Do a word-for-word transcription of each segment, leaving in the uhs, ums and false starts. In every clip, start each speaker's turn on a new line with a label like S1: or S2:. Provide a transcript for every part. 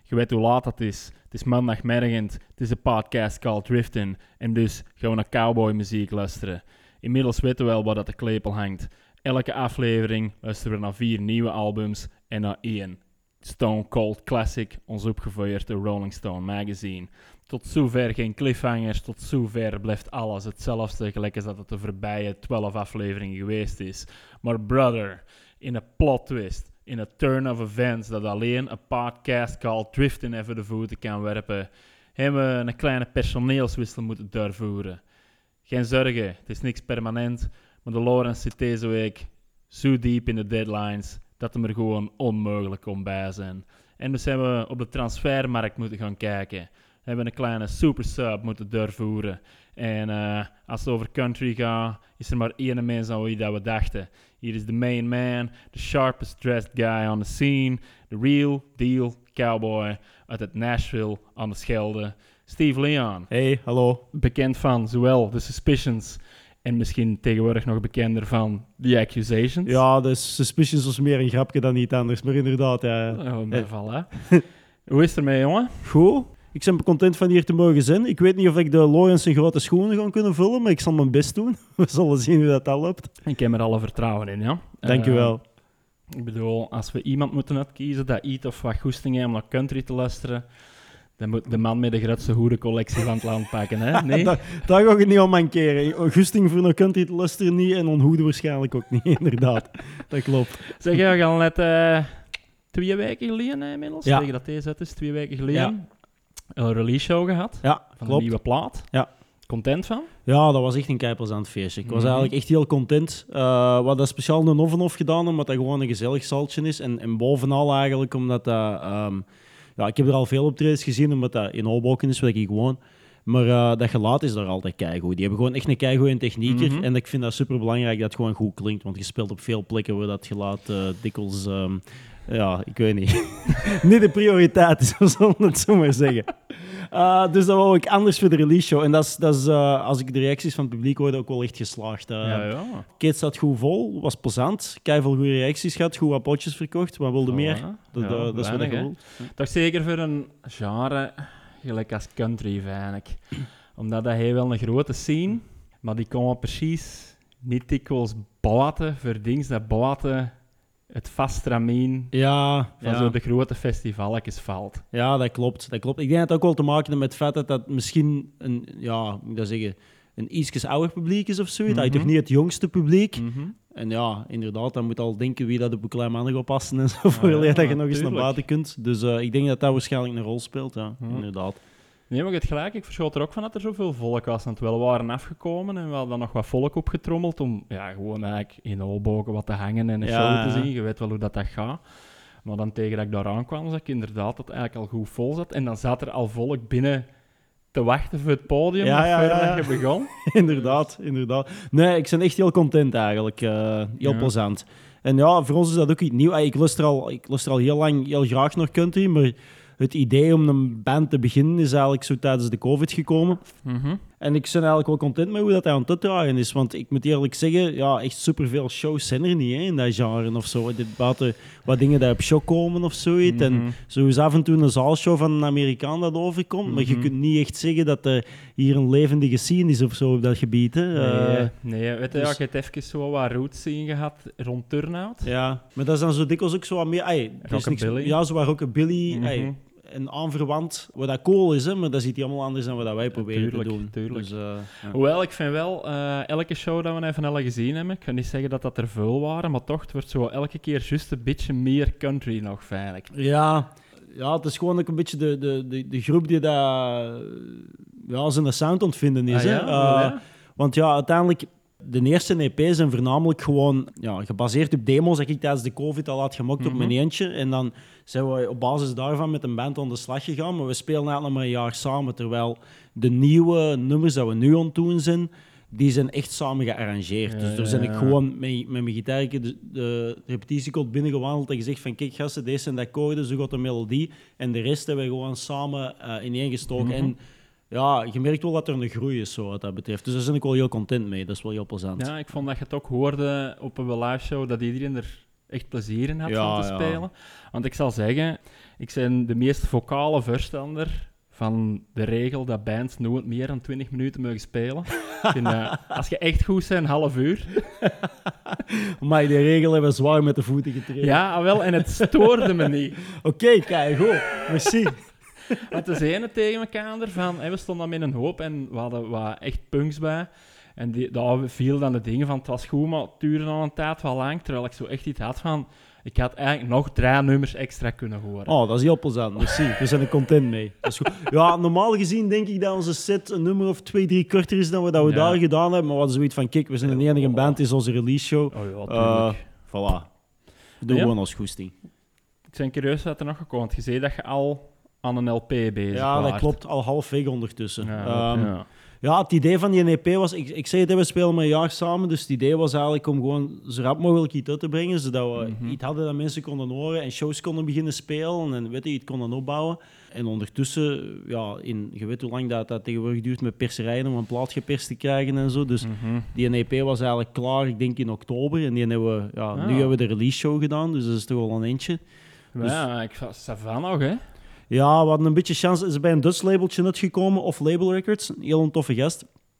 S1: Je weet hoe laat het is. Het is maandagmorgen. Het is een podcast called Drifting. En dus gaan we naar cowboymuziek luisteren. Inmiddels weten we wel waar dat de klepel hangt. Elke aflevering luisteren we naar vier nieuwe albums en naar één Stone Cold Classic, ons opgevoerd door Rolling Stone Magazine. Tot zover geen cliffhangers, tot zover blijft alles hetzelfde, gelijk als dat het de voorbije twaalf afleveringen geweest is. Maar brother, in een plot twist, in een turn of events dat alleen een podcast called Drifting even de voeten kan werpen, hebben we een kleine personeelswissel moeten doorvoeren. Geen zorgen, het is niks permanent, maar de Lawrence zit deze week zo diep in de deadlines dat hem er gewoon onmogelijk kon bij zijn. En dus hebben we op de transfermarkt moeten gaan kijken. We hebben een kleine super sub moeten doorvoeren. En uh, als het over country gaat, is er maar één mens aan wie dat we dachten. Hier is de main man, the sharpest dressed guy on the scene, the real deal cowboy uit het Nashville aan de Schelde, Steve Leon.
S2: Hey, hallo.
S1: Bekend van zowel The Suspicions en misschien tegenwoordig nog bekender van The Accusations.
S2: Ja, de Suspicions was meer een grapje dan niet anders, maar inderdaad. Ja.
S1: Oh, maar voilà. Hoe is het ermee, jongen?
S2: Goed. Ik ben content van hier te mogen zijn. Ik weet niet of ik de Lawrence in grote schoenen ga kunnen vullen, maar ik zal mijn best doen. We zullen zien hoe dat al loopt.
S1: Ik heb er alle vertrouwen in, ja.
S2: Dank u wel.
S1: Uh, ik bedoel, als we iemand moeten uitkiezen dat iets of wat goesting heeft om naar country te luisteren, dan moet de man met de grootste hoerencollectie van het land pakken, hè? Nee?
S2: daar, daar ga ik het niet aan mankeren. Gusting voor naar country te luisteren niet en onhoede waarschijnlijk ook niet, inderdaad. Dat klopt.
S1: Zeg, je we gaan net uh, twee weken geleden hè, inmiddels,
S2: ja.
S1: tegen dat deze uit is, twee weken geleden,
S2: ja.
S1: een release show gehad
S2: ja,
S1: van
S2: klopt.
S1: een nieuwe plaat.
S2: Ja.
S1: Content van?
S2: Ja, dat was echt een keiplezant feestje. Ik was
S1: mm-hmm.
S2: eigenlijk echt heel content. Uh, we hadden speciaal een oven gedaan, omdat dat gewoon een gezellig saltje is. En, en bovenal eigenlijk, omdat dat... Um, ja, ik heb er al veel optredens gezien, omdat dat in Hoboken is, waar ik woon. Maar uh, dat geluid is daar altijd keigoed. Die hebben gewoon echt een keigoede technieker. Mm-hmm. En ik vind dat superbelangrijk dat het gewoon goed klinkt. Want je speelt op veel plekken waar dat geluid uh, dikwijls... Um, ja, ik weet niet. niet de prioriteit is, we zullen het zo maar zeggen. Uh, dus dat wou ik anders voor de release show. En dat is, dat is uh, als ik de reacties van het publiek hoorde, ook wel echt geslaagd. Uh,
S1: ja, ja.
S2: Kate zat goed vol, was plezant. Keiveel goede reacties gehad, goed wat potjes verkocht. Wat wilde
S1: oh,
S2: meer?
S1: Ja.
S2: Dat,
S1: ja,
S2: uh, dat is wat ik wil.
S1: Toch zeker voor een genre gelijk als country, eigenlijk. Omdat dat heeft wel een grote scene, maar die komen precies niet dikwijls buiten voor dingen dat buiten het vastramien
S2: ja,
S1: van
S2: ja.
S1: zo de grote festivalletjes valt.
S2: Ja, dat klopt, dat klopt. Ik denk dat het ook wel te maken heeft met het feit dat dat misschien een, ja, moet ik dat zeggen, een ietsjes ouder publiek is of zoiets. Mm-hmm. Dat is toch niet het jongste publiek. Mm-hmm. En ja, inderdaad, dan moet je al denken wie dat op een klein mannen gaat passen en zo, ah, voor ja, dat je nog eens naar buiten kunt. Dus uh, ik denk dat dat waarschijnlijk een rol speelt, ja, mm. inderdaad.
S1: Nee, maar je hebt gelijk. Ik verschoot er ook van dat er zoveel volk was. En het wel waren afgekomen en we hadden dan nog wat volk opgetrommeld om ja, gewoon eigenlijk in Hoboken wat te hangen en een ja, show te zien. Je weet wel hoe dat, dat gaat. Maar dan tegen dat ik daar aankwam, zag ik inderdaad dat het eigenlijk al goed vol zat. En dan zat er al volk binnen te wachten voor het podium
S2: ja, ja,
S1: voordat
S2: ja.
S1: je begon.
S2: inderdaad, inderdaad. Nee, ik ben echt heel content eigenlijk. Uh, heel ja. plezant. En ja, voor ons is dat ook iets nieuws. Ik luister al, ik luister al heel lang heel graag naar country, maar het idee om een band te beginnen is eigenlijk zo tijdens de COVID gekomen.
S1: Mm-hmm.
S2: En ik ben eigenlijk wel content met hoe dat aan het draaien is. Want ik moet eerlijk zeggen, ja, echt superveel shows zijn er niet hè, in dat genre of zo. Buiten wat dingen die op show komen of zoiets. Mm-hmm. En zo is af en toe een zaalshow van een Amerikaan dat overkomt. Mm-hmm. Maar je kunt niet echt zeggen dat er hier een levendige scene is of zo op dat gebied. Hè.
S1: Nee,
S2: uh,
S1: nee, weet je, dus... ja, je hebt even zo wat roots zien gehad rond Turnhout.
S2: Ja, maar dat is dan zo dikwijls ook zo wat meer... Ay,
S1: Rockabilly.
S2: Ja, zo wat Rockabilly...
S1: Mm-hmm.
S2: Ay, en aanverwant, wat dat cool is, hè, maar dat ziet hij allemaal anders dan wat wij proberen
S1: ja, tuurlijk,
S2: te doen.
S1: Tuurlijk.
S2: Dus, uh, ja.
S1: Hoewel, ik vind wel, uh, elke show dat we even alle gezien hebben, ik kan niet zeggen dat dat er veel waren, maar toch, het wordt zo elke keer juist een beetje meer country nog, feitelijk.
S2: Ja, ja, het is gewoon ook een beetje de, de, de, de groep die dat, ja, zijn sound ontvinden is.
S1: Ah,
S2: hè?
S1: ja?
S2: Uh,
S1: ja?
S2: Want ja, uiteindelijk... De eerste E P's zijn voornamelijk gewoon ja, gebaseerd op demos dat ik tijdens de COVID al had gemokt mm-hmm. op mijn eentje. En dan zijn we op basis daarvan met een band aan de slag gegaan. Maar we spelen eigenlijk nog maar een jaar samen. Terwijl de nieuwe nummers die we nu aan het doen zijn, die zijn echt samen gearrangeerd. Ja, dus daar ben ik gewoon met, met mijn gitaar de, de repetitiecode binnengewandeld en gezegd van kijk gasten, deze zijn de akkoorden, zo gaat de melodie. En de rest hebben we gewoon samen uh, ineengestoken. Mm-hmm. En ja, je merkt wel dat er een groei is, zo wat dat betreft. Dus daar ben ik wel heel content mee. Dat is wel heel plezant.
S1: Ja, ik vond dat je het ook hoorde op een live show, dat iedereen er echt plezier in had
S2: Ja,
S1: van te
S2: ja.
S1: spelen. Want ik zal zeggen, ik ben de meest vocale voorstander van de regel dat bands nooit meer dan twintig minuten mogen spelen. Ik vind, uh, als je echt goed bent, een half uur.
S2: Maar die regel hebben we zwaar met de voeten getreden.
S1: Ja, wel, en het stoorde me niet.
S2: Oké, okay, kijk, goed. Merci.
S1: Want de zeiden tegen elkaar van, hey, we stonden dan met een hoop en we hadden wat echt punks bij. En die, daar viel dan de dingen van, het was goed, maar het duurde dan een tijd wel lang. Terwijl ik zo echt iets had van, ik had eigenlijk nog drie nummers extra kunnen horen.
S2: Oh, dat is heel plezant. Merci. We zijn er content mee. Dat is goed. Ja, normaal gezien denk ik dat onze set een nummer of twee, drie korter is dan we, dat we
S1: Ja.
S2: daar gedaan hebben. Maar we hadden zoiets van, kijk, we zijn de enige band, het is onze release show.
S1: Oh ja,
S2: Uh,
S1: tuurlijk.
S2: voilà. We doen
S1: Ja?
S2: gewoon als goesting.
S1: Ik ben curieus wat er nog gekomen. Je zei dat je al aan een L P bezig
S2: Ja, dat
S1: waart.
S2: klopt. Al halfweg ondertussen.
S1: Ja,
S2: Ehm,
S1: ja.
S2: Ja, het idee van die E P was... Ik, ik zei het, we spelen maar een jaar samen, dus het idee was eigenlijk om gewoon zo rap mogelijk iets uit te brengen, zodat we
S1: Mhm.
S2: iets hadden dat mensen konden horen en shows konden beginnen spelen en weet je, iets konden opbouwen. En ondertussen, ja, in, je weet hoe lang dat, dat tegenwoordig duurt met perserijen om een plaat geperst te krijgen en zo. Dus
S1: Mhm.
S2: die E P was eigenlijk klaar, ik denk in oktober. En die hebben we, ja,
S1: Ah.
S2: nu hebben we de release show gedaan, dus dat is toch wel een eentje. Dus-
S1: Ja, ik was van nog, hè.
S2: Ja, we hadden een beetje chance. Ze is bij een Dutch labeltje uitgekomen, Off Label Records. Een heel een toffe gast.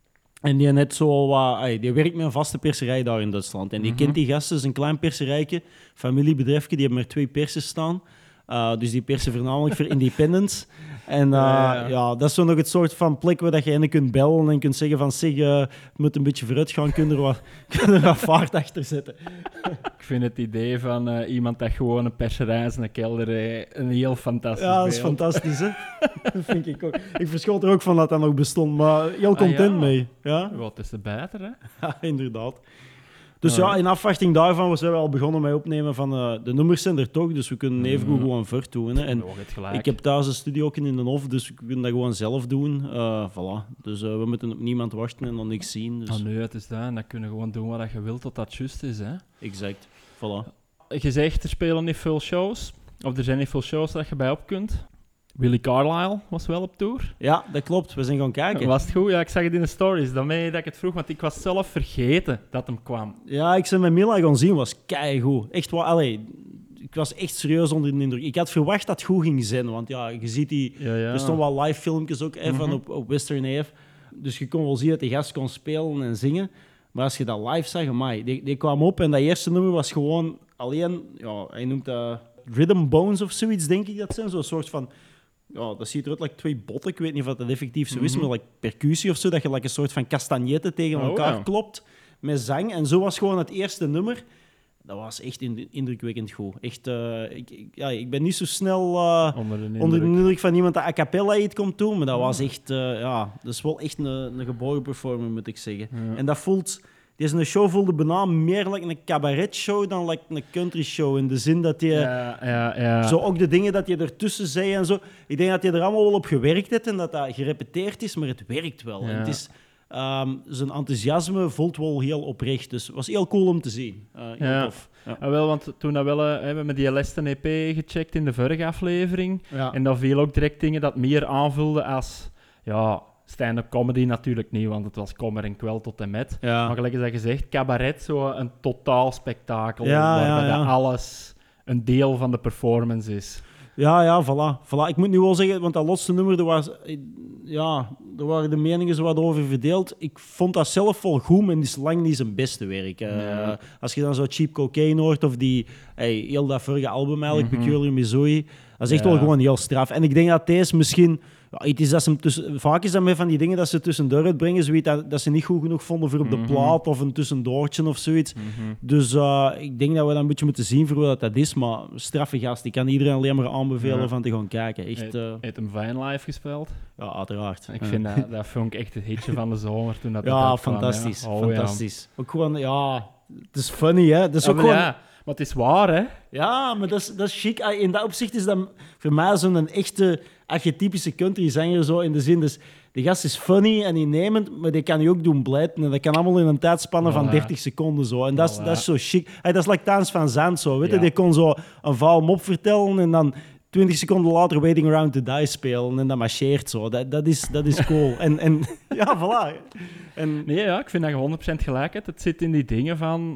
S2: En die net zo wat... ay, die werkt met een vaste perserij daar in Duitsland. En die
S1: Mhm.
S2: kent die gasten. Het is een klein perserijtje, familiebedrijfje. Die hebben maar twee persen staan. Uh, dus die persen voornamelijk voor independents. En uh,
S1: Ja,
S2: ja,
S1: ja.
S2: dat is zo nog het soort van plek waar dat je hen kunt bellen en kunt zeggen van zeg, uh, het moet een beetje vooruit gaan, kun je er wat, kun je er wat vaart achter zetten.
S1: Ik vind het idee van uh, iemand dat gewoon een perserij in zijn kelder heeft, een heel fantastisch
S2: Ja, dat is
S1: beeld.
S2: fantastisch, hè? Dat vind ik ook. Ik verschoot er ook van dat dat nog bestond, maar heel
S1: Ah,
S2: content
S1: ja.
S2: mee. Ja?
S1: Wat is er beter, hè?
S2: Ja, inderdaad. Dus
S1: Ja.
S2: ja, in afwachting daarvan zijn we al begonnen met opnemen van uh, de nummers zijn er toch, dus we kunnen even goed
S1: Mhm.
S2: gewoon ver doen. Hè. En
S1: Nog het gelijk.
S2: ik heb thuis een studio ook in de hof, dus we kunnen dat gewoon zelf doen. Uh, voilà. Dus uh, we moeten op niemand wachten en nog niks zien. Dus
S1: Oh nee, het is dat. En dan kun je gewoon doen wat je wilt tot dat juist is, hè.
S2: exact. Voilà.
S1: Je zegt, er spelen niet veel shows. Of er zijn niet veel shows dat je bij op kunt. Willie Carlisle was wel op tour.
S2: Ja, dat klopt. We zijn gaan kijken.
S1: Was het goed? Ja, ik zag het in de stories. Daarmee dat ik het vroeg, want ik was zelf vergeten dat hem kwam.
S2: Ja, ik ben met Mila gaan zien, was keigoed. Echt waar, allee, ik was echt serieus onder de indruk. Ik had verwacht dat het goed ging zijn, want ja, je ziet die...
S1: Ja, ja.
S2: Er stonden wel live filmpjes ook hè, van
S1: Mhm.
S2: op, op Western A F. Dus je kon wel zien dat die gast kon spelen en zingen. Maar als je dat live zag, amai, die, die kwam op en dat eerste nummer was gewoon alleen... Ja, hij noemt dat rhythm bones of zoiets, denk ik dat zijn. Zo'n soort van... Ja, dat ziet eruit like twee botten. Ik weet niet of dat effectief zo is,
S1: Mhm.
S2: maar like percussie of zo. Dat je like een soort van castagnetten tegen
S1: Oh,
S2: elkaar
S1: ja.
S2: klopt met zang. En zo was gewoon het eerste nummer. Dat was echt in- indrukwekkend goed. Echt, eh, ik, ik- ja, ik ben niet zo snel uh,
S1: Onder de indruk.
S2: onder de indruk van iemand dat a cappella iets komt doen, maar dat was echt, uh, ja, dat is wel echt een, een geboren performer, moet ik zeggen.
S1: Ja.
S2: En dat voelt, deze show voelde bijna meer like een cabaret-show dan like een country-show. In de zin dat je...
S1: Ja, ja, ja.
S2: Zo ook de dingen dat je ertussen zei en zo. Ik denk dat je er allemaal wel op gewerkt hebt en dat dat gerepeteerd is, maar het werkt wel.
S1: Ja.
S2: En het is, ehm, zijn enthousiasme voelt wel heel oprecht. Dus het was heel cool om te zien. Uh, heel
S1: Ja.
S2: tof. Ja.
S1: Ah, wel, want toen dat wel, eh, we hebben die Lesten E P gecheckt in de vorige aflevering.
S2: Ja.
S1: En dat viel ook direct dingen dat meer aanvulde als... Ja, stand-up comedy natuurlijk niet, want het was kommer en kwel tot en met.
S2: Ja.
S1: Maar gelijk is dat gezegd, cabaret, zo een totaal spektakel,
S2: Ja,
S1: waarbij
S2: ja, ja.
S1: dat alles een deel van de performance is.
S2: Ja, ja, voilà, voilà. Ik moet nu wel zeggen, want dat laatste nummer, er, was, ja, er waren de meningen zo wat over verdeeld. Ik vond dat zelf wel goed, maar het is lang niet zijn beste werk. Uh,
S1: Ja.
S2: Als je dan zo Cheap Cocaine hoort, of die, hey, heel dat vorige album eigenlijk,
S1: Mhm.
S2: Peculiar Missouri, dat is echt
S1: Ja.
S2: wel gewoon heel straf. En ik denk dat deze misschien... Ja, het is dat ze hem tussen, vaak is dat met van die dingen dat ze tussendoor uitbrengen, zoiets dat, dat ze niet goed genoeg vonden voor op de
S1: Mhm.
S2: plaat, of een tussendoortje of zoiets. Dus uh, ik denk dat we dat een beetje moeten zien voor wat dat is. Maar straffe gast, ik kan iedereen alleen maar aanbevelen
S1: Ja.
S2: van te gaan kijken. Echt,
S1: Heeft
S2: uh,
S1: heeft hem Vine Live gespeeld?
S2: ja, uiteraard.
S1: Ik
S2: Ja.
S1: vind dat, dat vond ik echt het hitje van de zomer toen dat het
S2: Ja,
S1: uitkwam,
S2: fantastisch.
S1: ja. Oh,
S2: fantastisch. Ook gewoon, ja, het is funny, hè. Het is
S1: Ja.
S2: ook
S1: Ja, maar
S2: gewoon...
S1: ja, maar het is waar, hè?
S2: Ja, maar dat is, dat is chic. In dat opzicht is dat voor mij zo'n echte archetypische country-zanger. Zo in de zin, dus die gast is funny en innemend, maar die kan je ook doen blijten. En dat kan allemaal in een tijdspanne van
S1: Voilà.
S2: dertig seconden. Zo. En dat is,
S1: Voilà.
S2: dat is zo chic. Hey, dat is like Taans van Zandt. Zo, weet je?
S1: Ja.
S2: Die kon zo een vaal mop vertellen en dan twintig seconden later Waiting Around to Die spelen. En dat marcheert zo. Dat, dat, is, dat is cool. en, en ja, voilà. En,
S1: Nee, ja, ik vind dat je honderd procent gelijk hebt. Het zit in die dingen van...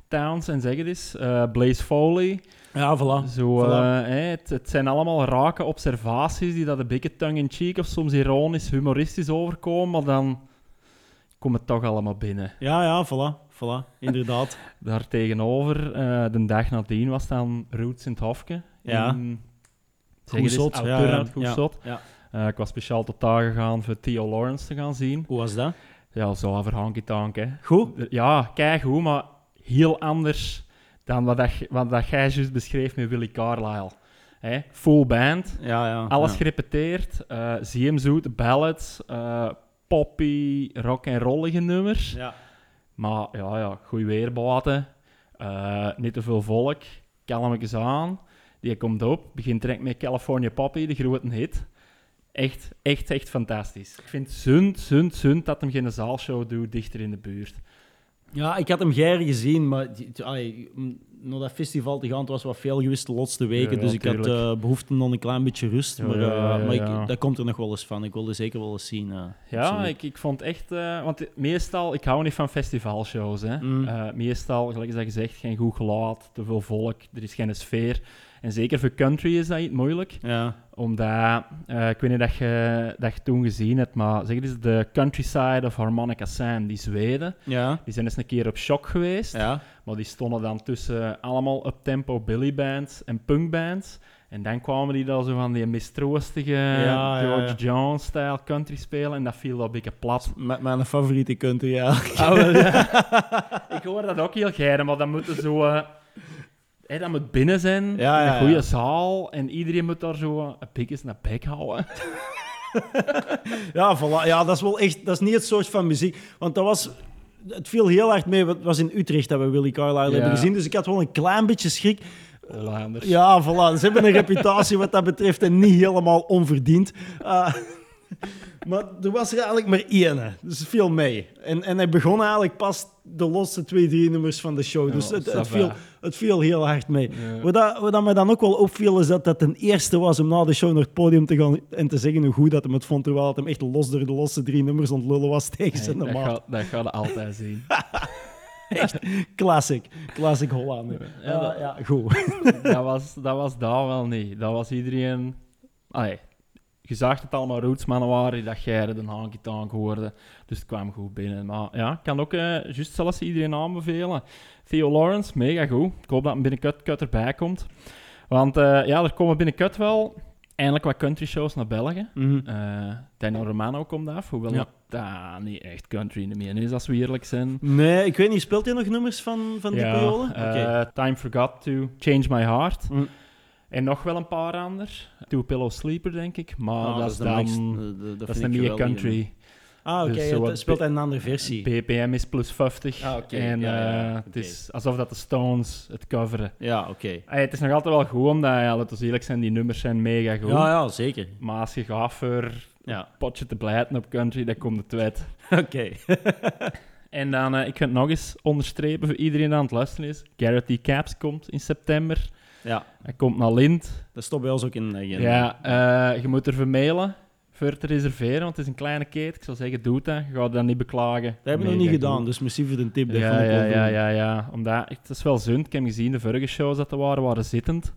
S1: Towns en zeg het eens. Uh, Blaze Foley.
S2: Ja, voilà.
S1: Zo,
S2: voilà.
S1: Uh, hey, het, het zijn allemaal rake observaties die dat een beetje tongue-in-cheek of soms ironisch, humoristisch overkomen, maar dan komt het toch allemaal binnen.
S2: Ja, ja, voilà. Voilà, inderdaad.
S1: Daar tegenover, uh, de dag nadien was dan Roots in het Hofke.
S2: Ja.
S1: In,
S2: Goed zot.
S1: Oud
S2: Ja, ja.
S1: goed
S2: ja.
S1: zot.
S2: Ja.
S1: Uh, ik was speciaal tot daar gegaan voor Theo Lawrence te gaan zien.
S2: Hoe was dat?
S1: Ja, zo over Honky Tonk, hè.
S2: Goed?
S1: Ja, kijk hoe, maar heel anders dan wat, dat, wat dat jij juist beschreef met Willie Carlisle. Hè? Full band,
S2: ja, ja,
S1: alles
S2: ja.
S1: gerepeteerd, uh, zie hem zoet, ballads, uh, poppy, rock en rollige nummers.
S2: Ja.
S1: Maar ja, ja, goed weerbaten, uh, niet te veel volk, kalmetjes aan. Die komt op, begint direct met California Poppy, de grote hit. Echt, echt, echt fantastisch. Ik vind het zund, zund, zund dat hem geen zaalshow doet dichter in de buurt.
S2: Ja, ik had hem geier gezien, maar die, allee, naar dat festival te gaan, het was wat veel geweest de laatste weken,
S1: Ja,
S2: dus ik
S1: tuurlijk.
S2: had uh, behoefte aan een klein beetje rust.
S1: Ja,
S2: maar uh,
S1: ja, ja,
S2: maar ik,
S1: ja.
S2: dat komt er nog wel eens van. Ik wilde zeker wel eens zien. Uh,
S1: Ja,
S2: absoluut.
S1: ik, ik vond echt... Uh, want meestal, ik hou niet van festivalshows. Hè.
S2: Mm.
S1: Uh, meestal, gelijk als je zegt, geen goed geluid, te veel volk, er is geen sfeer. En zeker voor country is dat iets moeilijk.
S2: Ja.
S1: Omdat, uh, ik weet niet dat je, dat je toen gezien hebt, maar zeg eens, de Countryside of Harmonica Sam, die Zweden,
S2: Ja.
S1: die zijn eens een keer op shock geweest.
S2: Ja.
S1: Maar die stonden dan tussen allemaal up-tempo billybands en punkbands. En dan kwamen die dan zo van die mistroostige
S2: ja,
S1: George
S2: ja, ja.
S1: Jones-stijl country spelen. En dat viel dat een beetje plat.
S2: Met mijn favoriete country, ja.
S1: Oh, wel, ja. Ik hoor dat ook heel geil, maar dan moet er zo... Uh, hey, dat moet binnen zijn,
S2: Ja,
S1: in
S2: ja,
S1: een goede
S2: ja.
S1: zaal. En iedereen moet daar zo uh, een pik eens naar bek houden.
S2: Ja, voilà. Ja, dat is wel echt... Dat is niet het soort van muziek. Want dat was... Het viel heel hard mee. Het was in Utrecht dat we Willie Carlisle
S1: Ja.
S2: hebben gezien. Dus ik had wel een klein beetje schrik.
S1: Hollanders.
S2: Ja, voilà. Ze hebben een reputatie wat dat betreft en niet helemaal onverdiend. Uh, maar er was er eigenlijk maar één. Dus het viel mee. En, en hij begon eigenlijk pas de laatste twee, drie nummers van de show. Dus
S1: Ja,
S2: het,
S1: ça
S2: het,
S1: va.
S2: viel, het viel heel hard mee.
S1: Ja.
S2: Wat, dat, wat dat mij dan ook wel opviel, is dat dat ten eerste was om na de show naar het podium te gaan en te zeggen hoe goed dat hem het vond, terwijl het hem echt los door de laatste drie nummers ontlullen was tegen
S1: Hey,
S2: zijn
S1: dat,
S2: normaal.
S1: gaat, dat gaat je altijd zien.
S2: Classic. Classic Hollander.
S1: Ja,
S2: Ja,
S1: dat-
S2: ja, goed.
S1: dat, was, dat was daar wel niet. Dat was iedereen... Allee, je zag dat het allemaal rootsmannen waren die dat jij de honky tonk hoorde. Dus het kwam goed binnen. Maar ja, ik kan ook uh, juist zelfs iedereen aanbevelen. Theo Lawrence, mega goed. Ik hoop dat hem binnenkort kut erbij komt. Want uh, ja, er komen binnenkort wel eindelijk wat country shows naar België.
S2: Mhm.
S1: Uh, Daniel Romano komt af, hoewel
S2: Ja.
S1: dat uh, niet echt country meer is, als we eerlijk zijn.
S2: Nee, ik weet niet. Speelt hij nog nummers van, van die
S1: Ja,
S2: periode?
S1: uh,
S2: Oké.
S1: Time Forgot to Change My Heart.
S2: Mm.
S1: En nog wel een paar anders. Two Pillow Sleeper, denk ik. Maar
S2: Ah,
S1: dat, is
S2: de
S1: dan...
S2: next- de- de-
S1: dat
S2: vind
S1: is
S2: ik
S1: niet meer
S2: geweldig,
S1: country.
S2: Ah, oké.
S1: Dus
S2: ja,
S1: zo
S2: het
S1: wat
S2: speelt
S1: B-
S2: hij een andere versie.
S1: B P M is plus vijftig.
S2: Ah, oké.
S1: En
S2: Ja, ja,
S1: eh,
S2: oké.
S1: het is alsof dat de Stones het coveren.
S2: Ja, oké.
S1: Hey, het is nog altijd wel goed, omdat, ja, laten we eerlijk zijn, die nummers zijn mega goed.
S2: Ja, ja, zeker.
S1: Maar als je gaat voor
S2: Ja.
S1: een potje te blijten op country, dan komt het uit.
S2: Oké.
S1: En dan, uh, ik ga het nog eens onderstrepen voor iedereen die aan het luisteren is. Garrett T. Caps komt in september.
S2: Ja,
S1: Hij komt naar Lint.
S2: dat stond bij ons ook in de agenda.
S1: Ja, uh, je moet ervoor mailen voor te reserveren, want het is een kleine keten. Ik zou zeggen, doe dat. Je gaat dat niet beklagen.
S2: Dat hebben we nog
S1: Mega
S2: niet gedaan,
S1: goed.
S2: dus merci voor de tip. Dat
S1: Ja,
S2: vond ik wel
S1: ja, ja,
S2: doen.
S1: ja, ja. Omdat, het is wel zund. Ik heb gezien, de vorige shows dat er waren, waren zittend.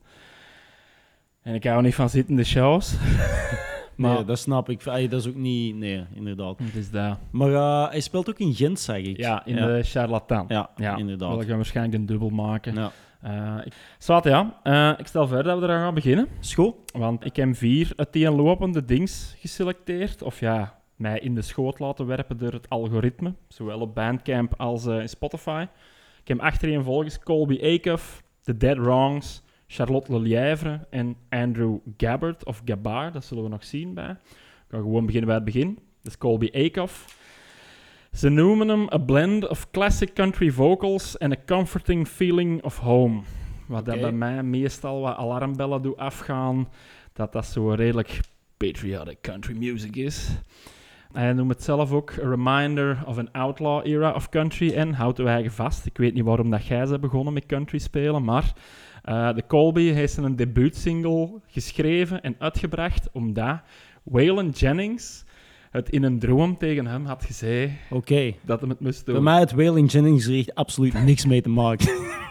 S1: En ik hou niet van zittende shows. maar
S2: Nee, dat snap ik. Ay, dat is ook niet... Nee, inderdaad.
S1: het is dat.
S2: Maar uh, hij speelt ook in Gent, zeg ik.
S1: Ja, in
S2: ja.
S1: de Charlatan.
S2: Ja,
S1: Ja,
S2: inderdaad.
S1: We gaan waarschijnlijk een dubbel maken.
S2: Ja.
S1: Uh, ik... Zwat, ja. Uh, ik stel voor dat we eraan gaan beginnen.
S2: School?
S1: Want ik heb vier uiteenlopende dings geselecteerd. Of ja, mij in de schoot laten werpen door het algoritme. Zowel op Bandcamp als uh, in Spotify. Ik heb achtereenvolgens Colby Acuff, The Dead Wrongs, Charlotte Lelièvre en Andrew Gabbard, of Gabbard, dat zullen we nog zien bij. Ik ga gewoon beginnen bij het begin. Dat is Colby Acuff. Ze noemen hem a blend of classic country vocals and a comforting feeling of home. Wat dat
S2: Oké.
S1: bij mij meestal wat alarmbellen doet afgaan, dat dat zo redelijk patriotic country music is. Hij noemt het zelf ook a reminder of an outlaw era of country en houdt uw eigen vast. Ik weet niet waarom dat jij bent begonnen met country spelen, maar uh, de Colby heeft een debuutsingle geschreven en uitgebracht omdat Waylon Jennings het in een droom tegen hem had gezegd
S2: Oké. Okay.
S1: dat hij het moest doen.
S2: Bij mij het Waylon Jennings er echt absoluut niks mee te maken.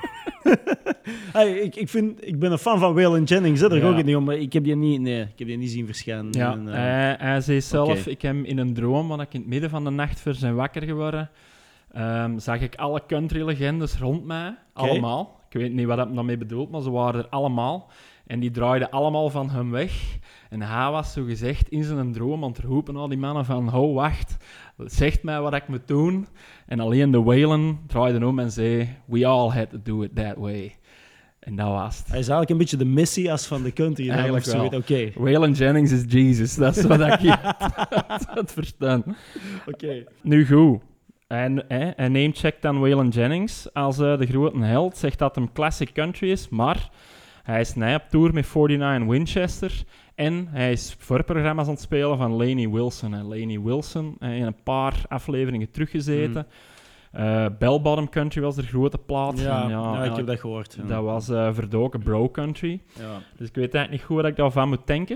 S2: Hey, ik, ik, vind, ik ben een fan van Waylon Jennings, hè, daar
S1: Ja.
S2: ga ik het niet om, maar ik heb die niet, nee, ik heb die niet zien verschijnen.
S1: Ja,
S2: en, uh,
S1: hij, hij zei zelf,
S2: okay.
S1: ik heb in een droom, want ik in het midden van de nacht voor zijn wakker geworden, um, zag ik alle country-legendes rond mij,
S2: okay.
S1: allemaal. Ik weet niet wat hij daarmee bedoelt, maar ze waren er allemaal. En die draaiden allemaal van hem weg. En hij was zo gezegd in zijn droom aan het roepen al die mannen van, oh, wacht, zeg mij wat ik moet doen. En alleen de Waylon draaide om en zei, we all had to do it that way. En dat was het.
S2: Hij is eigenlijk een beetje de Messias van de country.
S1: Eigenlijk wel.
S2: Okay.
S1: Waylon Jennings is Jesus, dat is wat ik hier had verstaan.
S2: Oké. Okay.
S1: Nu goed. En hij namecheckt dan Waylon Jennings als uh, de grote held. Zegt dat hem classic country is, maar hij is nu op tour met negenenveertig Winchester. En hij is voorprogramma's aan het spelen van Lainey Wilson. En Lainey Wilson heeft in een paar afleveringen teruggezeten. Mm. Uh, Bell Bottom Country was de grote plaat.
S2: Ja,
S1: en ja,
S2: ja ik heb dat gehoord. Ja.
S1: Dat was uh, verdoken bro country.
S2: Ja.
S1: Dus ik weet eigenlijk niet goed wat ik daarvan moet denken.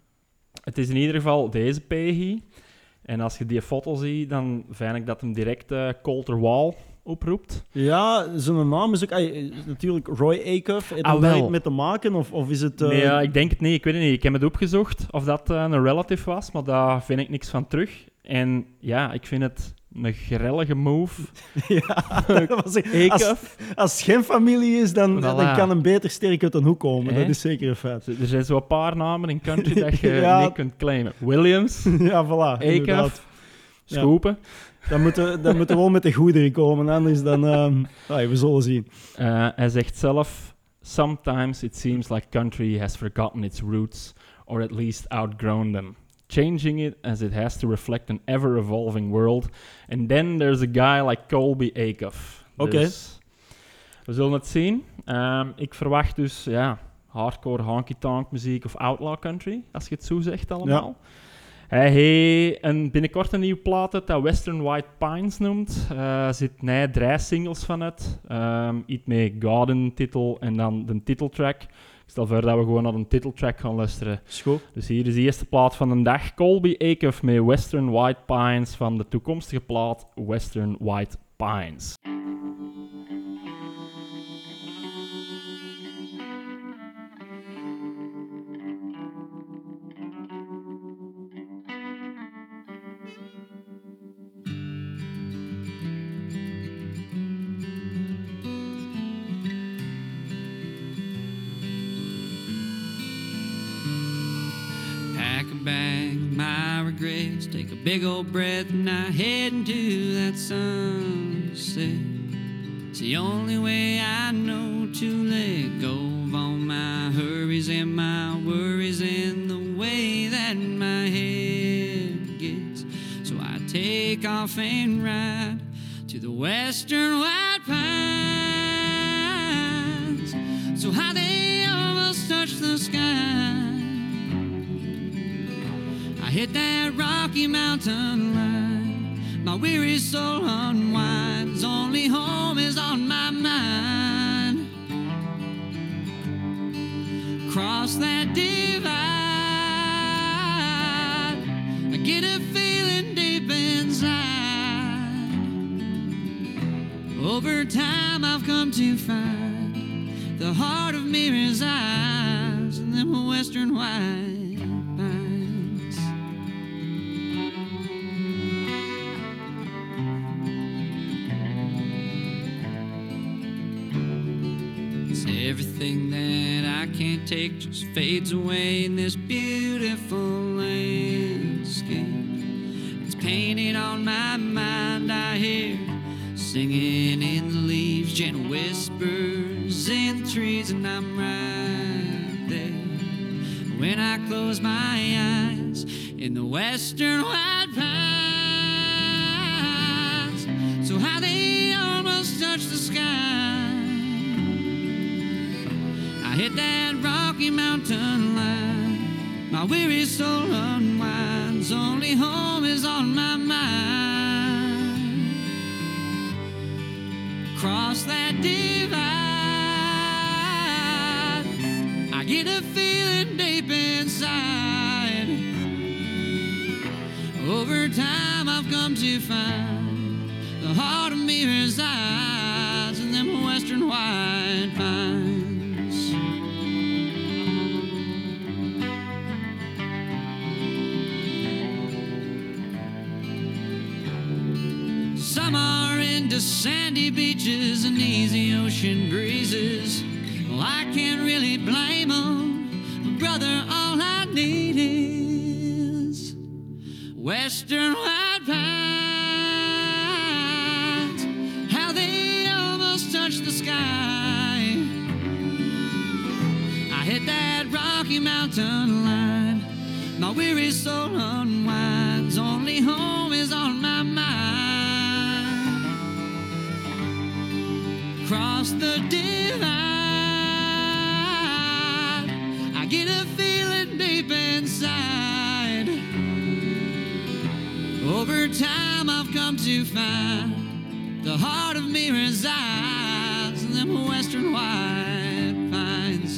S1: Het is in ieder geval deze Peggy. En als je die foto ziet, dan vind ik dat hem direct uh, Colter Wall oproept.
S2: Ja, zijn naam is ook ay, natuurlijk Roy Acuff. Heeft
S1: ah,
S2: daar iets mee te maken? Of, of is het... Uh...
S1: Nee, ja, ik denk het niet. Ik weet het niet. Ik heb het opgezocht of dat uh, een relative was, maar daar vind ik niks van terug. En ja, ik vind het een grellige move.
S2: ja, was ik, als, als het geen familie is, dan, voilà. dan kan hem beter sterk uit een hoek komen. Eh? Dat is zeker een feit.
S1: Er zijn zo'n paar namen in country dat je
S2: ja.
S1: niet kunt claimen. Williams,
S2: ja, voilà,
S1: Acuff, Schoepen.
S2: Ja. Dan moeten dan moeten we wel met de goederen komen, anders dan... Um, oh, we zullen zien.
S1: Uh, hij zegt zelf... Sometimes it seems like country has forgotten its roots, or at least outgrown them. Changing it as it has to reflect an ever-evolving world. And then there's a guy like Colby Acuff.
S2: Oké. Okay.
S1: Dus we zullen het zien. Um, ik verwacht dus ja, hardcore honky-tonk muziek of outlaw country, als je het zo zegt allemaal. Ja. Hij heeft een, binnenkort een nieuwe plaat dat Western White Pines noemt. Er uh, zit nee, drie singles van uit. Um, iets met Garden-titel en dan de titeltrack. Ik stel voor dat we gewoon naar een titeltrack gaan luisteren.
S2: Schoon.
S1: Dus hier is de eerste plaat van de dag. Colby Acuff met Western White Pines van de toekomstige plaat Western White Pines.
S3: Take a big old breath and I head into that sunset. It's the only way I know to let go of all my hurries and my worries and the way that my head gets. So I take off and ride to the Western White Pines. So high they almost touch the sky. Hit that Rocky Mountain line. My weary soul unwinds. Only home is on my mind. Cross that divide. I get a feeling deep inside. Over time I've come to find the heart of me resides in them Western White. Everything that I can't take just fades away in this beautiful landscape. It's painted on my mind, I hear singing in the leaves, gentle whispers in the trees, and I'm right there. When I close my eyes in the Western White Pines, so high they almost touch the sky. I hit that Rocky Mountain line. My weary soul unwinds. Only home is on my mind. Cross that divide. I get a feeling deep inside. Over time I've come to find the heart of me resides in them western white pines. Some are into sandy beaches and easy ocean breezes. Well, I can't really blame them, brother. All I need is western white pines. How they almost touch the sky. I hit that Rocky Mountain line. My weary soul unwinds. Only home is on my mind. Across the divide, I get a feeling deep inside. Over time I've come to find the heart of me resides in them western white pines.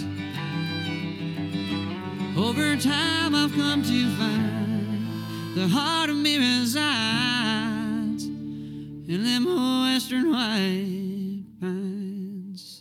S3: Over time I've come to find the heart of me resides in them western white pines.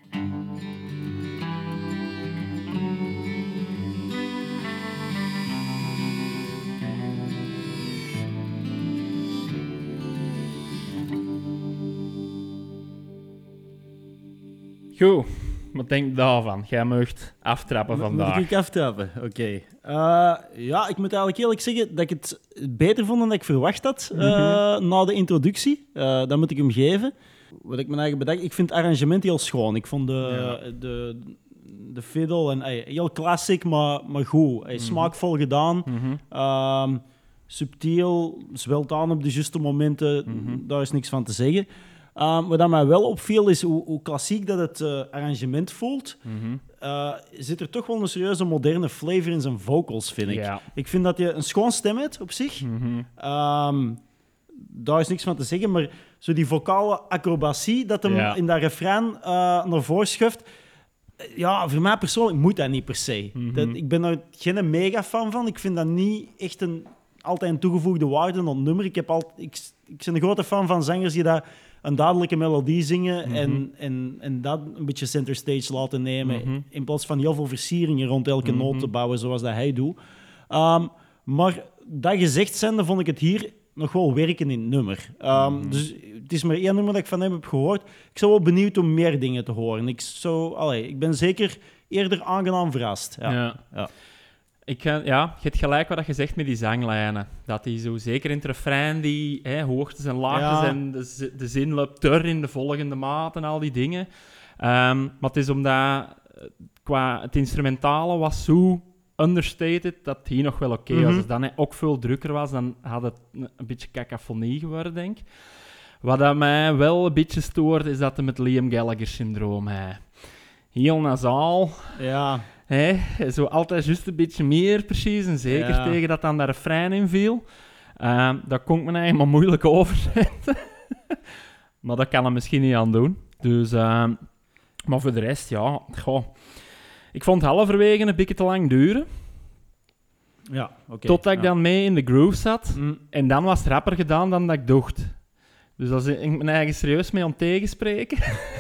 S1: Goed, wat denk je daarvan? Jij mag aftrappen
S2: Moet-
S1: vandaag.
S2: Moet ik aftrappen? Oké. Okay. Uh, ja, ik moet eigenlijk eerlijk zeggen dat ik het beter vond dan ik verwacht had uh,
S1: Mm-hmm.
S2: na de introductie. Uh, dan moet ik hem geven. Wat ik me eigenlijk bedacht, ik vind het arrangement heel schoon. Ik vond de,
S1: Ja.
S2: de, de fiddle en, ey, heel classic, maar, maar goed. Ey, smaakvol gedaan.
S1: Mhm.
S2: Um, subtiel, zwelt aan op de juiste momenten.
S1: Mhm.
S2: Daar is niks van te zeggen. Um, wat dat mij wel opviel is hoe, hoe klassiek dat het uh, arrangement voelt.
S1: Mhm.
S2: Uh, zit er toch wel een serieuze moderne flavor in zijn vocals, vind ik.
S1: Ja.
S2: Ik vind dat je een schoon stem hebt op zich.
S1: Mhm.
S2: Um, daar is niks van te zeggen, maar zo die vocale acrobatie dat hem
S1: Ja.
S2: in dat refrein uh, naar voren schuift, uh, ja, voor mij persoonlijk moet dat niet per se.
S1: Mhm.
S2: Dat, ik ben er geen mega fan van. Ik vind dat niet echt een, altijd een toegevoegde waarde aan het nummer. Ik, heb al, ik, ik ben een grote fan van zangers die dat een duidelijke melodie zingen
S1: Mhm.
S2: en, en, en dat een beetje center stage laten nemen,
S1: Mhm.
S2: in plaats van heel veel versieringen rond elke
S1: Mhm.
S2: noot te bouwen, zoals dat hij doet. Um, maar dat gezegd zijnde, vond ik het hier nog wel werken in het nummer. Um,
S1: Mhm.
S2: Dus het is maar één nummer dat ik van hem heb gehoord. Ik zou wel benieuwd om meer dingen te horen. Ik, zou, allee, ik ben zeker eerder aangenaam verrast. Ja.
S1: Ja.
S2: Ja.
S1: Ik, ga- ja, je hebt gelijk wat je zegt met die zanglijnen. Dat die zo, zeker in het refrein, die hè, hoogtes en laagtes
S2: Ja.
S1: en de, z- de zin loopt er in de volgende maat en al die dingen. Ehm, maar het is omdat eh, qua het instrumentale was zo understated dat het hier nog wel oké was.
S2: Mhm.
S1: Als dan hè, ook veel drukker was, dan had het een, een beetje cacophonie geworden, denk ik. Wat dat mij wel een beetje stoort, is dat hij met Liam Gallagher-syndroom heeft. Heel nasaal.
S2: Ja.
S1: Hè, zo altijd juist een beetje meer precies. En zeker
S2: Ja.
S1: tegen dat dan daar refrein in viel. Uh, dat kon ik me eigenlijk maar moeilijk overzetten. Maar dat kan hij misschien niet aan doen. Dus, uh, maar voor de rest, ja. Goh. Ik vond het halverwege een beetje te lang duren.
S2: Ja, oké.
S1: Totdat ik
S2: ja.
S1: dan mee in de groove zat.
S2: Mm,
S1: En dan was het rapper gedaan dan dat ik dacht. Dus daar ben ik mijn eigen serieus mee aan het tegenspreken.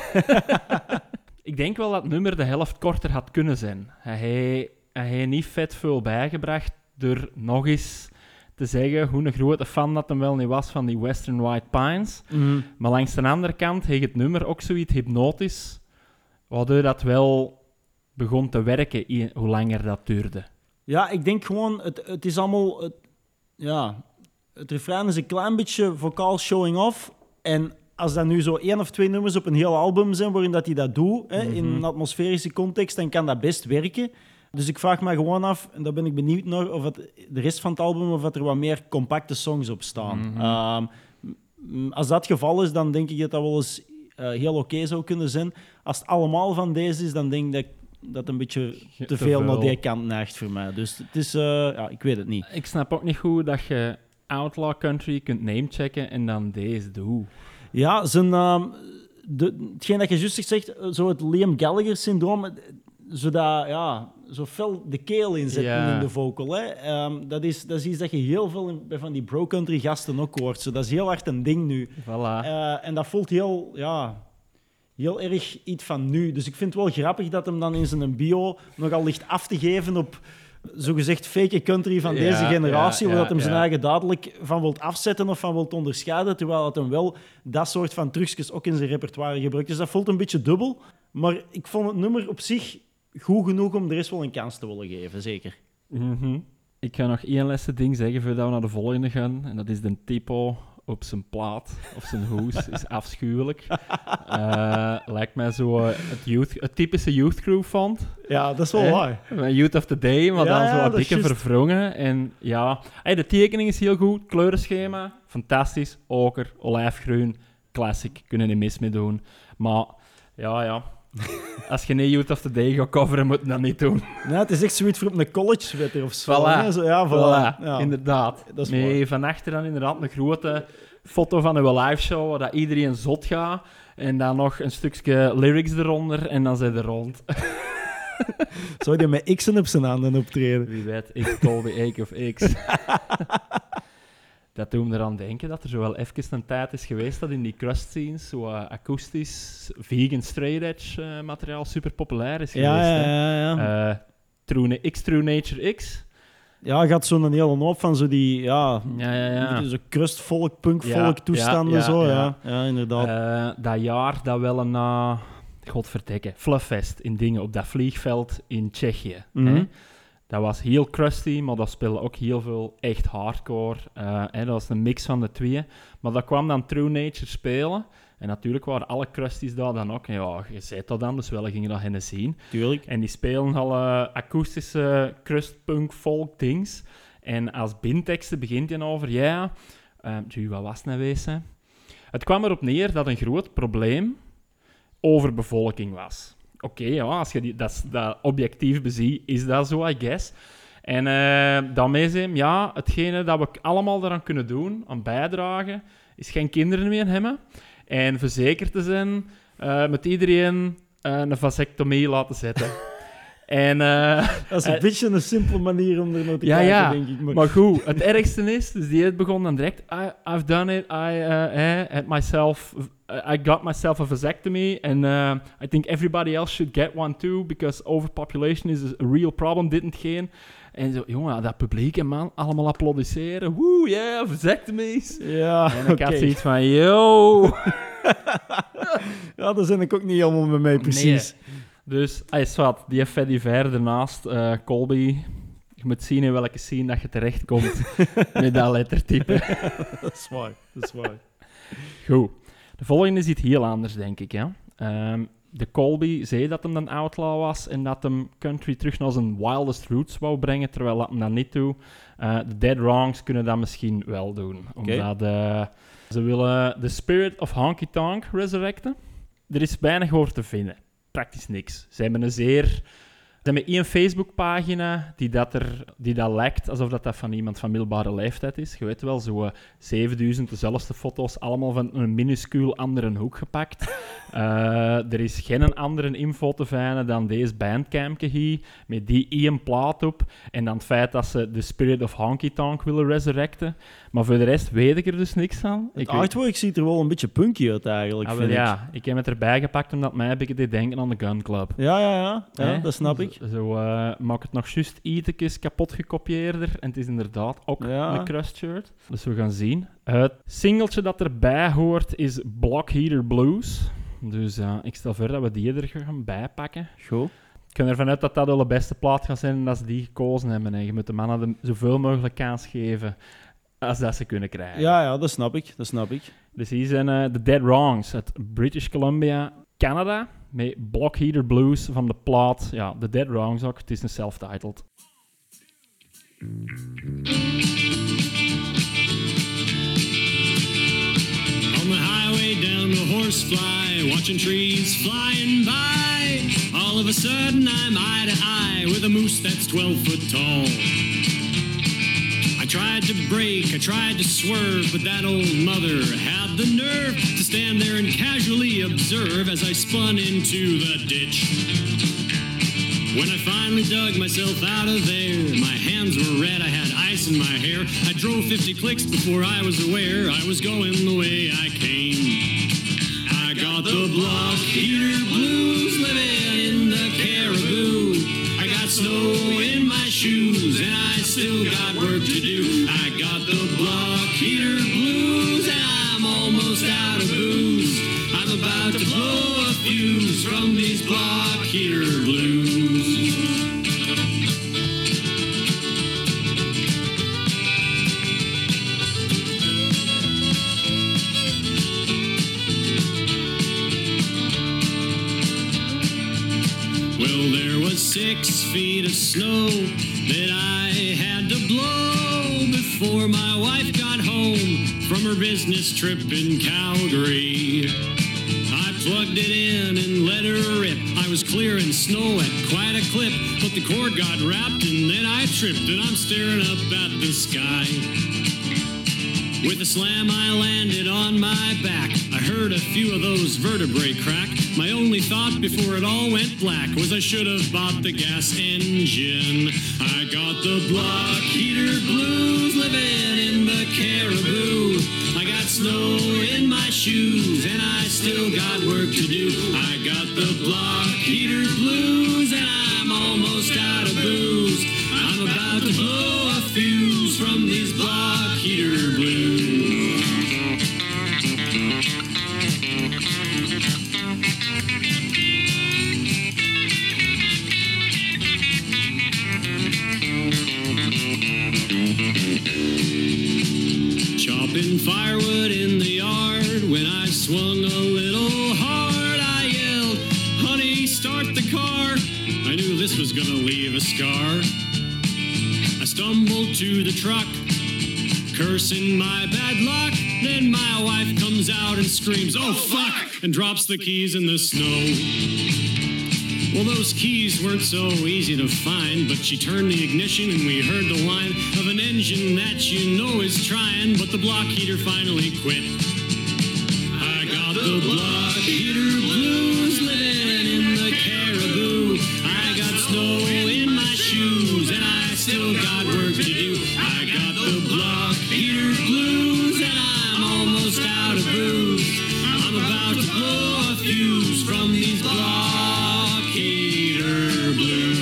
S1: Ik denk wel dat het nummer de helft korter had kunnen zijn. Hij heeft hij heeft niet vet veel bijgebracht door nog eens te zeggen hoe een grote fan dat hem wel niet was van die Western White Pines.
S2: mm.
S1: Maar langs de andere kant heeft het nummer ook zoiets hypnotisch, waardoor dat wel begon te werken i- hoe langer dat duurde.
S2: Ja, ik denk gewoon, het, het is allemaal... Het, ja, het refrein is een klein beetje vocaal showing off. En als dat nu zo één of twee nummers op een heel album zijn waarin dat hij dat doet, hè, in
S1: Mhm.
S2: een atmosferische context, dan kan dat best werken. Dus ik vraag me gewoon af, en daar ben ik benieuwd naar, of het, de rest van het album, of dat er wat meer compacte songs op staan.
S1: Mhm.
S2: Ehm, m- als dat het geval is, dan denk ik dat dat wel eens uh, heel oké zou kunnen zijn. Als het allemaal van deze is, dan denk ik dat dat het een beetje te,
S1: Te
S2: veel naar
S1: veel.
S2: die kant neigt voor mij. Dus het is, uh, ja, ik weet het niet.
S1: Ik snap ook niet goed dat je Outlaw Country kunt namechecken en dan deze doet.
S2: Ja, zijn, um, de, hetgeen dat je juist zegt, zo het Liam Gallagher-syndroom, zodat, ja, zo fel de keel inzetten
S1: Ja.
S2: in de vocal. Hè. Um, dat, is, dat is iets dat je heel veel in, bij van die bro-country gasten ook hoort. Zo, dat is heel hard een ding nu.
S1: Voilà.
S2: Uh, en dat voelt heel, ja, heel erg iets van nu. Dus ik vind het wel grappig dat hem dan in zijn bio nogal ligt af te geven op zogezegd fake country van
S1: Ja,
S2: deze generatie,
S1: ja,
S2: waar dat hem
S1: ja,
S2: zijn
S1: ja.
S2: eigen dadelijk van wilt afzetten of van wilt onderscheiden, terwijl dat hem wel dat soort van trucjes ook in zijn repertoire gebruikt. Dus dat voelt een beetje dubbel. Maar ik vond het nummer op zich goed genoeg om de rest wel een kans te willen geven, zeker.
S1: Mhm. Ik ga nog één laatste ding zeggen voordat we naar de volgende gaan. En dat is de typo op zijn plaat of zijn hoes. Is afschuwelijk. Uh, lijkt mij zo uh, het, youth, het typische Youth Crew font.
S2: Ja, dat is wel
S1: Eh,
S2: waar.
S1: Mijn Youth of the Day, maar
S2: Ja,
S1: dan
S2: ja,
S1: zo wat
S2: dat is
S1: dikke
S2: juist.
S1: verwrongen. En ja, hey, de tekening is heel goed. Kleurenschema, fantastisch. Oker, olijfgroen, classic. Kunnen er niet mis mee doen. Maar ja, ja. Als je niet Youth of the Day gaat coveren, moet je dat niet doen.
S2: Ja, het is echt zoiets voor op een college of zo.
S1: Voilà.
S2: Hè? Zo, ja, voilà.
S1: Voilà,
S2: Ja.
S1: inderdaad.
S2: Dat is
S1: nee,
S2: waar.
S1: van achter dan inderdaad een grote foto van een live show waar dat iedereen zot gaat. En dan nog een stukje lyrics eronder en dan zijn er rond.
S2: Zou die met X'en op zijn handen optreden?
S1: Wie weet, X, Colby, A of X. Dat doet me eraan denken dat er zo wel even een tijd is geweest dat in die crust scenes zo uh, akoestisch, vegan, straight edge uh, materiaal super populair is geweest.
S2: Ja, ja,
S1: hè.
S2: ja. ja.
S1: Uh, True, X True Nature X.
S2: Ja, je had zo'n hele hoop van zo die, ja,
S1: Ja, ja, ja.
S2: zo crustvolk, punkvolk
S1: Ja,
S2: toestanden,
S1: ja, ja,
S2: zo, ja.
S1: ja.
S2: Ja, inderdaad.
S1: Uh, dat jaar dat wel een, uh, godverdikke, Flufffest in dingen op dat vliegveld in Tsjechië.
S2: Mhm.
S1: Hè? Dat was heel crusty, maar dat speelde ook heel veel echt hardcore. Uh, hè? Dat was een mix van de twee. Maar dat kwam dan True Nature spelen. En natuurlijk waren alle crusties daar dan ook. En ja, je zei dat dan, dus wel gingen dat hen zien.
S2: Tuurlijk.
S1: En die spelen al uh, akoestische crustpunk folk dings. En als binteksten begint je over, ja, yeah, uh, wat was het nou wezen? Het kwam erop neer dat een groot probleem overbevolking was. Oké, okay, ja, als je die, dat, dat objectief beziet, is dat zo, I guess. En uh, daarmee zijn, ja, hetgene dat we allemaal eraan kunnen doen, aan bijdragen, is geen kinderen meer hebben. En verzekerd te zijn uh, met iedereen uh, een vasectomie laten zetten. En, uh,
S2: Dat is een
S1: uh,
S2: beetje een simpele manier om er naar te
S1: ja,
S2: kijken,
S1: ja,
S2: denk ik. Maar,
S1: maar goed, het ergste is, dus die begon dan direct, I, I've done it, I uh, eh, had myself, I got myself a vasectomy, and uh, I think everybody else should get one too, because overpopulation is a real problem, dit en geen. En zo, jongen, dat publiek en man, allemaal applaudisseren, woe, yeah, vasectomies.
S2: ja,
S1: En ik
S2: oké.
S1: had zoiets van, yo.
S2: Ja, daar ben ik ook niet helemaal mee mee, precies.
S1: Nee. Dus, hij is wat, die F die ver daarnaast, uh, Colby, je moet zien in welke scene dat je terechtkomt met dat lettertype.
S2: Dat is waar, dat is waar.
S1: Goed. De volgende is iets heel anders, denk ik. Ja? Um, de Colby zei dat hem een outlaw was en dat hem country terug naar zijn wildest roots wou brengen, terwijl dat hem dat niet doet. Uh, de Dead Wrongs kunnen dat misschien wel doen.
S2: Okay.
S1: Omdat uh, ze willen de Spirit of Honky Tonk resurrecten. Er is weinig over te vinden. Praktisch niks. Ze hebben een zeer... Ze hebben één Facebookpagina die dat, er, die dat lijkt alsof dat, dat van iemand van middelbare leeftijd is. Je weet wel, zo uh, zevenduizend dezelfde foto's, allemaal van een minuscuul andere hoek gepakt. Uh, er is geen andere info te vinden dan deze bandcampje hier, met die één plaat op. En dan het feit dat ze de Spirit of Honky Tonk willen resurrecten. Maar voor de rest weet ik er dus niks van.
S2: Het
S1: Ik
S2: artwork ziet er wel een beetje punky uit, eigenlijk,
S1: Ah, wel,
S2: vind ik.
S1: ja, ik heb het erbij gepakt omdat mij heb ik het denken aan de Gun Club.
S2: Ja, ja, ja. ja
S1: Hè?
S2: dat snap ik.
S1: Zo, zo uh, maak het nog juist ietsjes kapot gekopieerder. En het is inderdaad ook
S2: Ja.
S1: een crust shirt. Dus we gaan zien. Het singeltje dat erbij hoort is Block Heater Blues. Dus uh, ik stel voor dat we die er gaan bijpakken.
S2: Goed.
S1: Ik ga ervan uit dat dat wel de beste plaat gaat zijn en dat ze die gekozen hebben. En je moet de mannen de zoveel mogelijk kans geven als dat ze kunnen krijgen.
S2: Ja, ja, dat snap ik. Dat snap ik.
S1: Dus hier zijn uh, de Dead Wrongs uit British Columbia, Canada. Met Block Heater Blues van de plaat. Ja, de Dead Wrongs ook. Het is een self-titled.
S4: On the highway down the horsefly, watching trees flying by. All of a sudden I'm eye to eye with a moose that's twelve foot tall. I tried to brake, I tried to swerve, but that old mother had the nerve to stand there and casually observe as I spun into the ditch. When I finally dug myself out of there, my hands were red, I had ice in my hair. I drove fifty clicks before I was aware I was going the way I came. I got the block heater blues, living in the Caribou. I got snow in my shoes and I still got work to do. I got the block heater blues and I'm almost out of booze. I'm about to blow a fuse from these block heater blues. Well, there was six feet of snow that I had to blow before my wife got home from her business trip in Calgary. I plugged it in and let her rip. I was clearing snow at quite a clip, but the cord got wrapped and then I tripped and I'm staring up at the sky. With a slam I landed on my back. I heard a few of those vertebrae crack. My only thought before it all went black was I should have bought the gas engine. I got the block heater blues, living in the Caribou. I got snow in my shoes and I still got work to do. I got the block heater blues and I'm almost out of booze. I'm about to blow a fuse from these block heater blues. Chopping firewood in the yard. When I swung a little hard, I yelled, "Honey, start the car." I knew this was gonna leave a scar. I stumbled to the truck, cursing my bad luck. Then my wife comes out and screams, "Oh fuck!" and drops the keys in the snow. Well, those keys weren't so easy to find, but she turned the ignition and we heard the whine of an engine that you know is trying, but the block heater finally quit. I got the block heater blues, living in the Caribou. I got snow in my shoes and I still got work to do. I got the block heater blues and I'm almost out of booze. I'm about to blow a fuse from these block heater blues.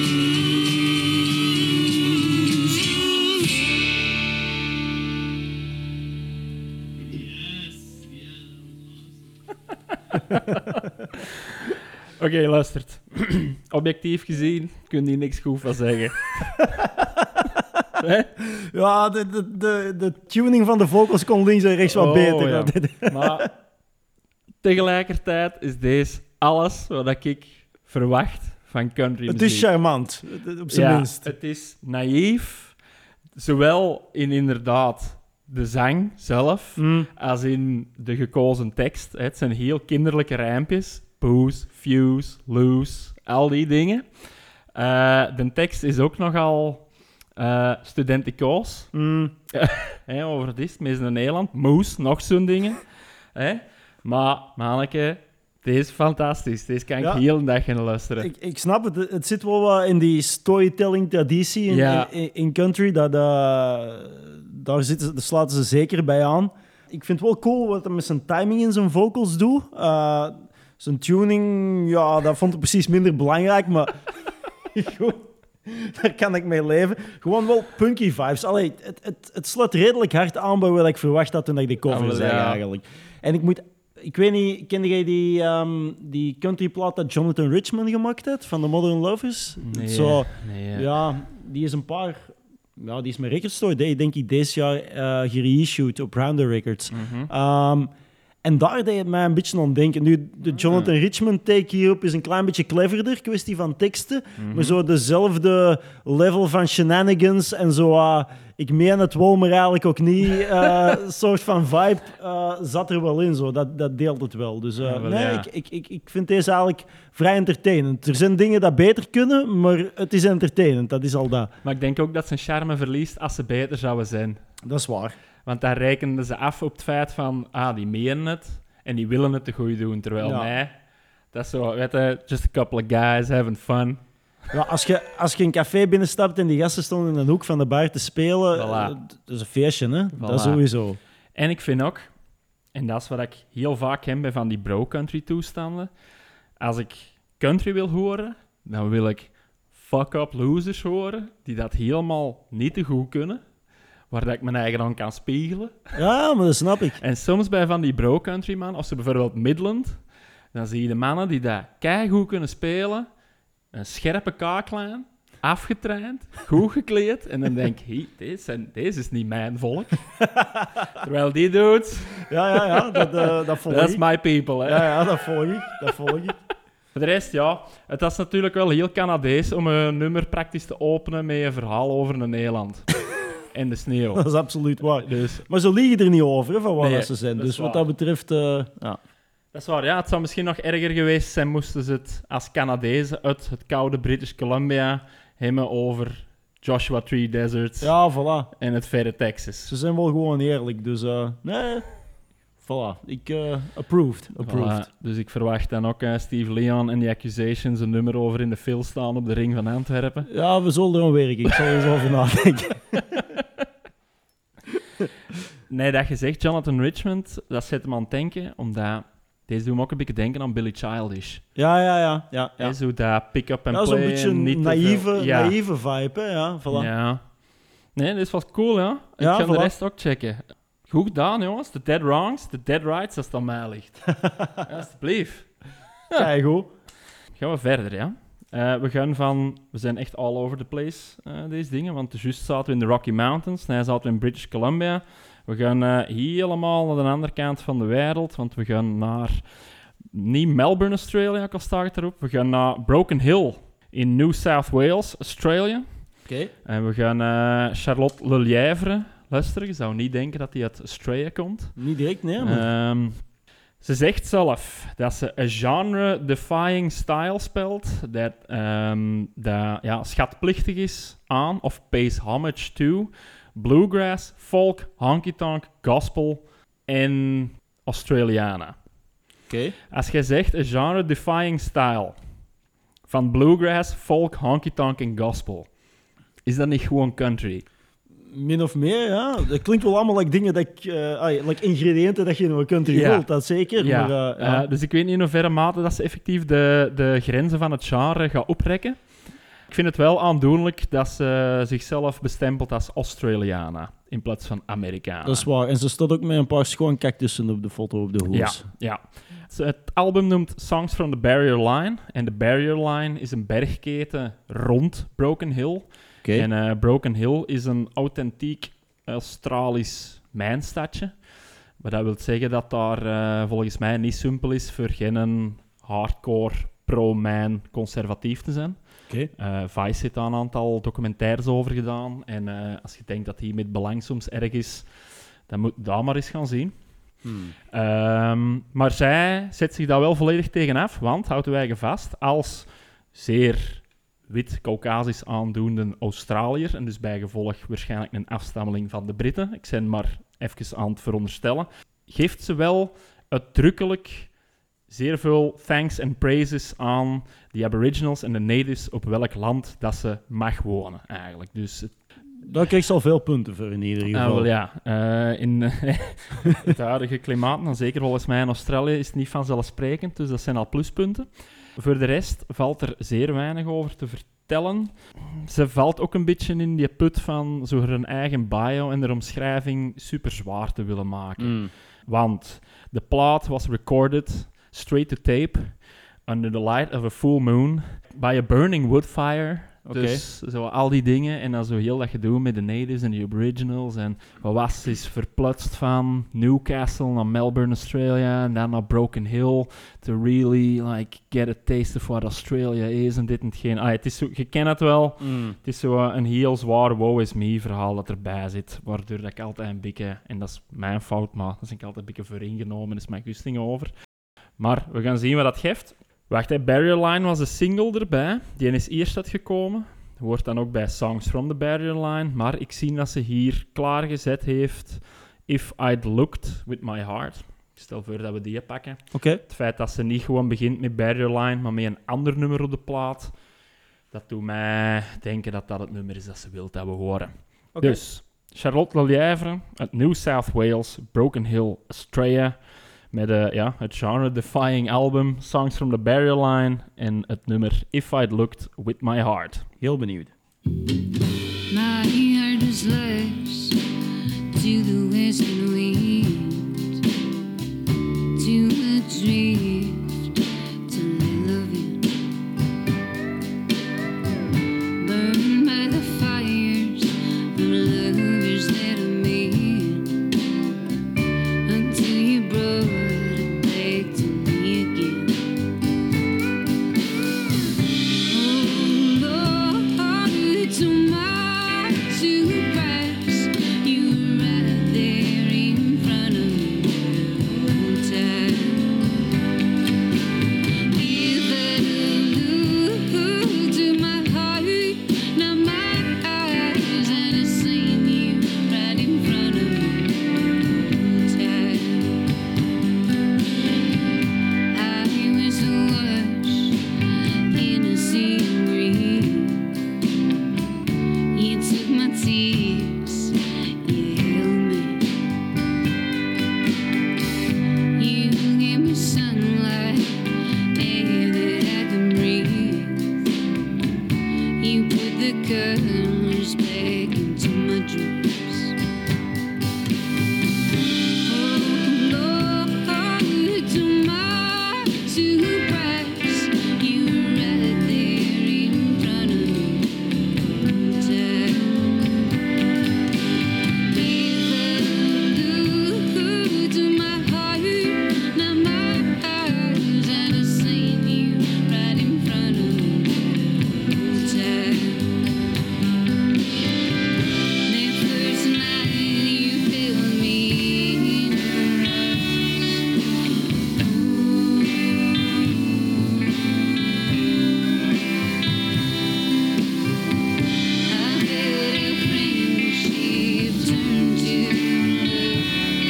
S1: Oké, okay, luistert. Objectief gezien kun je niks goed van zeggen. Hè?
S2: Ja, de, de, de, de tuning van de vocals kon links en rechts wat
S1: Oh,
S2: beter.
S1: ja. Maar tegelijkertijd is deze alles wat ik verwacht van country
S2: Het
S1: muziek.
S2: is charmant, op zijn
S1: Ja,
S2: minst.
S1: het is naïef, zowel in inderdaad de zang zelf,
S2: Mm.
S1: als in de gekozen tekst. Het zijn heel kinderlijke rijmpjes. Booze, fuse, loose, al die dingen. Uh, de tekst is ook nogal uh, studenticoos.
S2: Mm.
S1: Hè, over het is, met in Nederland. Moes, nog zo'n dingen. Hè? Maar, manneke, deze is fantastisch. Deze kan ik
S2: Ja.
S1: heel de dag gaan luisteren.
S2: Ik, ik snap het. Het zit wel wat in die storytelling-traditie in,
S1: Ja.
S2: in, in country. Dat, uh, daar, zitten, daar sluiten ze zeker bij aan. Ik vind het wel cool wat hij met zijn timing in zijn vocals doet. Uh, zijn tuning, ja, dat vond ik precies minder belangrijk, maar goed, daar kan ik mee leven. Gewoon wel punky vibes. Allee, het, het, het sluit redelijk hard aan bij wat ik verwacht had toen ik de cover
S1: Ah, wel,
S2: zag,
S1: ja.
S2: eigenlijk. En ik moet... Ik weet niet, kende jij die, um, die countryplaat dat Jonathan Richman gemaakt heeft, van The Modern Lovers?
S1: Nee,
S2: Zo,
S1: nee.
S2: ja, die is een paar... Ja, die is met Record Store, Day, denk ik, deze jaar uh, gereissued op Rounder Records.
S1: Mhm.
S2: Um, en daar deed het mij een beetje aan denken. Nu, de Jonathan Richman take hierop is een klein beetje cleverder, kwestie van teksten,
S1: Mhm.
S2: maar zo dezelfde level van shenanigans en zo... Uh, ik meen het wel, maar eigenlijk ook niet. Uh, soort van vibe uh, zat er wel in. Zo. Dat, dat deelt het wel. Dus uh,
S1: Ja, wel,
S2: nee,
S1: ja.
S2: ik, ik, ik, ik vind deze eigenlijk vrij entertainend. Er zijn dingen dat beter kunnen, maar het is entertainend. Dat is al dat.
S1: Maar ik denk ook dat zijn charme verliest als ze beter zouden zijn.
S2: Dat is waar.
S1: Want daar rekenden ze af op het feit van, ah, die menen het en die willen het te goed doen. Terwijl
S2: Ja.
S1: mij, dat is zo, weet je, just a couple of guys having fun.
S2: Ja, als, je, als je een café binnenstapt en die gasten stonden in een hoek van de bar te spelen,
S1: Voilà.
S2: uh, dat is een feestje, hè?
S1: Voilà.
S2: Dat sowieso.
S1: En ik vind ook, en dat is wat ik heel vaak heb bij van die bro-country toestanden, als ik country wil horen, dan wil ik fuck-up losers horen, die dat helemaal niet te goed kunnen, waar dat ik mijn eigen aan kan spiegelen.
S2: Ja, maar dat snap ik.
S1: En soms bij van die bro-country man, of ze bijvoorbeeld Midland, dan zie je de mannen die dat keigoed kunnen spelen, een scherpe kaaklijn, afgetraind, goed gekleed, en dan denk ik, hey, deze, zijn, deze is niet mijn volk. Terwijl die dudes,
S2: Ja, ja, ja, dat, uh, dat volg
S1: that's
S2: ik.
S1: my people. Hè.
S2: Ja, ja, dat volg ik. Dat volg ik.
S1: Voor de rest, ja, het was natuurlijk wel heel Canadees om een nummer praktisch te openen met een verhaal over een eiland. En de sneeuw.
S2: Dat is absoluut waar.
S1: Dus
S2: Maar ze liegen er niet over, hè, van waar
S1: Nee,
S2: dat ze zijn.
S1: dat is
S2: Dus wat
S1: waar.
S2: dat betreft... Uh, ja.
S1: dat is waar, ja. Het zou misschien nog erger geweest zijn moesten ze het als Canadezen uit het koude British Columbia hebben over Joshua Tree Deserts
S2: ja, voilà.
S1: en het verre Texas.
S2: Ze zijn wel gewoon eerlijk. Dus uh, nee, voilà. Ik uh, approved. approved.
S1: Voilà. Dus ik verwacht dan ook uh, Steve Leon en The Accusations een nummer over in de film staan op de ring van Antwerpen.
S2: Ja, we zullen erom werken. Ik zal er eens over nadenken.
S1: Nee, dat gezegd, Jonathan Richmond, dat zet hem aan het denken, omdat deze doen me ook een beetje denken aan Billy Childish.
S2: Ja, ja, ja. ja,
S1: Ja.
S2: ja.
S1: Zo dat pick-up en
S2: Ja,
S1: play.
S2: zo'n beetje
S1: en niet
S2: een
S1: te veel-
S2: naïeve,
S1: ja.
S2: naïeve vibe, hè. Ja, voilà.
S1: Ja. Nee, dit was cool, ja. Ik
S2: Ja,
S1: ga de
S2: voilà.
S1: rest ook checken. Goed gedaan, jongens. De dead wrongs, de dead rights, als het aan mij ligt. Ja, alsjeblieft.
S2: Kijk, goed.
S1: Gaan we verder, ja. Eh, we gaan van... We zijn echt all over the place, eh, deze dingen. Want juist zaten we in de Rocky Mountains. Nee, zaten we in British Columbia. We gaan eh, helemaal naar de andere kant van de wereld. Want we gaan naar... Niet Melbourne, Australia, ik al sta ik erop. We gaan naar Broken Hill in New South Wales, Australia.
S2: Oké.
S1: En we gaan eh, Charlotte Lelièvre luisteren. Je zou niet denken dat die uit Australia komt.
S2: Niet direct, nee, maar...
S1: Ehm, ze zegt zelf dat ze een genre-defying style speelt, dat, ehm, dat ja, schatplichtig is aan, of pays homage to, bluegrass, folk, honky-tonk, gospel en Australiana.
S2: Oké.
S1: Als jij zegt een genre-defying style van bluegrass, folk, honky-tonk en gospel, is dat niet gewoon country?
S2: Min of meer, ja. Dat klinkt wel allemaal like dingen dat ik... Uh, ah, like ingrediënten dat je in een country
S1: Ja.
S2: wilt, dat zeker.
S1: Ja,
S2: Maar, uh, ja.
S1: eh, dus ik weet niet in hoeverre mate dat ze effectief de, de grenzen van het genre gaat oprekken. Ik vind het wel aandoenlijk dat ze zichzelf bestempelt als Australiana in plaats van Americana.
S2: Dat is waar. En ze staat ook met een paar schoon cactussen op de foto op de
S1: Ja,
S2: hoes.
S1: ja. Het- Het album noemt Songs from the Barrier Line. En de Barrier Line is een bergketen rond Broken Hill.
S2: Oké.
S1: En eh, Broken Hill is een authentiek Australisch mijnstadje. Maar dat wil zeggen dat daar eh, volgens mij niet simpel is voor geen hardcore pro-mijn conservatief te zijn.
S2: Oké.
S1: Eh, Vice heeft daar een aantal documentaires over gedaan. En eh, als je denkt dat hij met belang soms erg is, dan moet je dat maar eens gaan zien.
S2: Hmm.
S1: Ehm, maar zij zet zich daar wel volledig tegenaf, want, houden wij vast, als zeer wit-Caucasisch aandoende Australiër, en dus bijgevolg waarschijnlijk een afstammeling van de Britten, ik ben maar even aan het veronderstellen, geeft ze wel uitdrukkelijk zeer veel thanks en praises aan de aboriginals en de natives op welk land dat ze mag wonen, eigenlijk. Dus het
S2: Daar krijg je al veel punten voor in ieder geval.
S1: Ah, wel ja. Eh, in het huidige klimaat, dan zeker volgens mij in Australië, is het niet vanzelfsprekend. Dus dat zijn al pluspunten. Voor de rest valt er zeer weinig over te vertellen. Ze valt ook een beetje in die put van zo haar eigen bio en de omschrijving super zwaar te willen maken.
S2: Hmm.
S1: Want de plaat was recorded straight to tape under the light of a full moon by a burning wood fire.
S2: Oké.
S1: Dus zo al die dingen en dan zo heel dat gedoe met de natives en de aboriginals en wat was is verplutst van Newcastle naar Melbourne, Australia en dan naar Broken Hill to really like get a taste of what Australia is en dit en hetgeen. Ah, het is zo, je kent het wel.
S2: Hmm.
S1: Het is zo een heel zwaar woe is me verhaal dat erbij zit, waardoor dat ik altijd een beetje, en dat is mijn fout, maar daar ben ik altijd een beetje voor ingenomen, is mijn gusting over. Maar we gaan zien wat dat geeft. Wacht, hè, Barrier Line was een single erbij. Die is eerst uitgekomen. Hoort dan ook bij Songs from the Barrier Line. Maar ik zie dat ze hier klaargezet heeft If I'd Looked With My Heart. Ik stel voor dat we die pakken.
S2: Oké.
S1: Het feit dat ze niet gewoon begint met Barrier Line, maar met een ander nummer op de plaat, dat doet mij denken dat dat het nummer is dat ze wil dat we horen.
S2: Okay.
S1: Dus, Charlotte Lelièvre uit New South Wales, Broken Hill, Australia, met uh, ja, het genre-defying album Songs from the Barrier Line en het nummer If I'd Looked With My Heart.
S2: Heel benieuwd.
S3: My heart is lost to the western wind, to the drift, to loving, burned by the fires of lovers that I met, until you brought it back to me again. Oh Lord, to my surprise, you were right there in front of me the whole time. If I look to my heart, not my eyes, and I seen you right in front of me the whole time. I was washed in a sea of green. You took my tears, you held me. You gave me sunlight, air that I can breathe. You put the colors back into my dreams. Oh Lord, to my surprise, you were right there in front of me the whole time. If I look to my heart, not my eyes, and I seen you right in front of me the whole time. That first night you filled me in your I felt a friendship turn to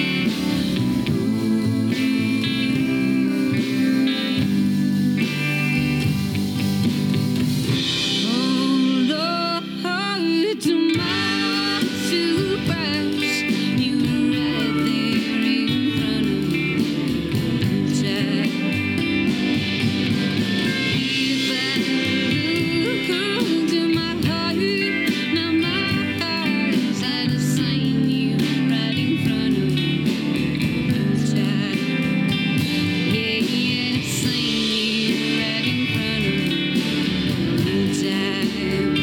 S3: love. Oh Lord, to my surprise, you were right there in front of me the whole time. If I look to my heart, not my eyes, I'd have seen you right in front of me the whole time. Yeah, yeah, I'd have seen you right in front of me the whole time.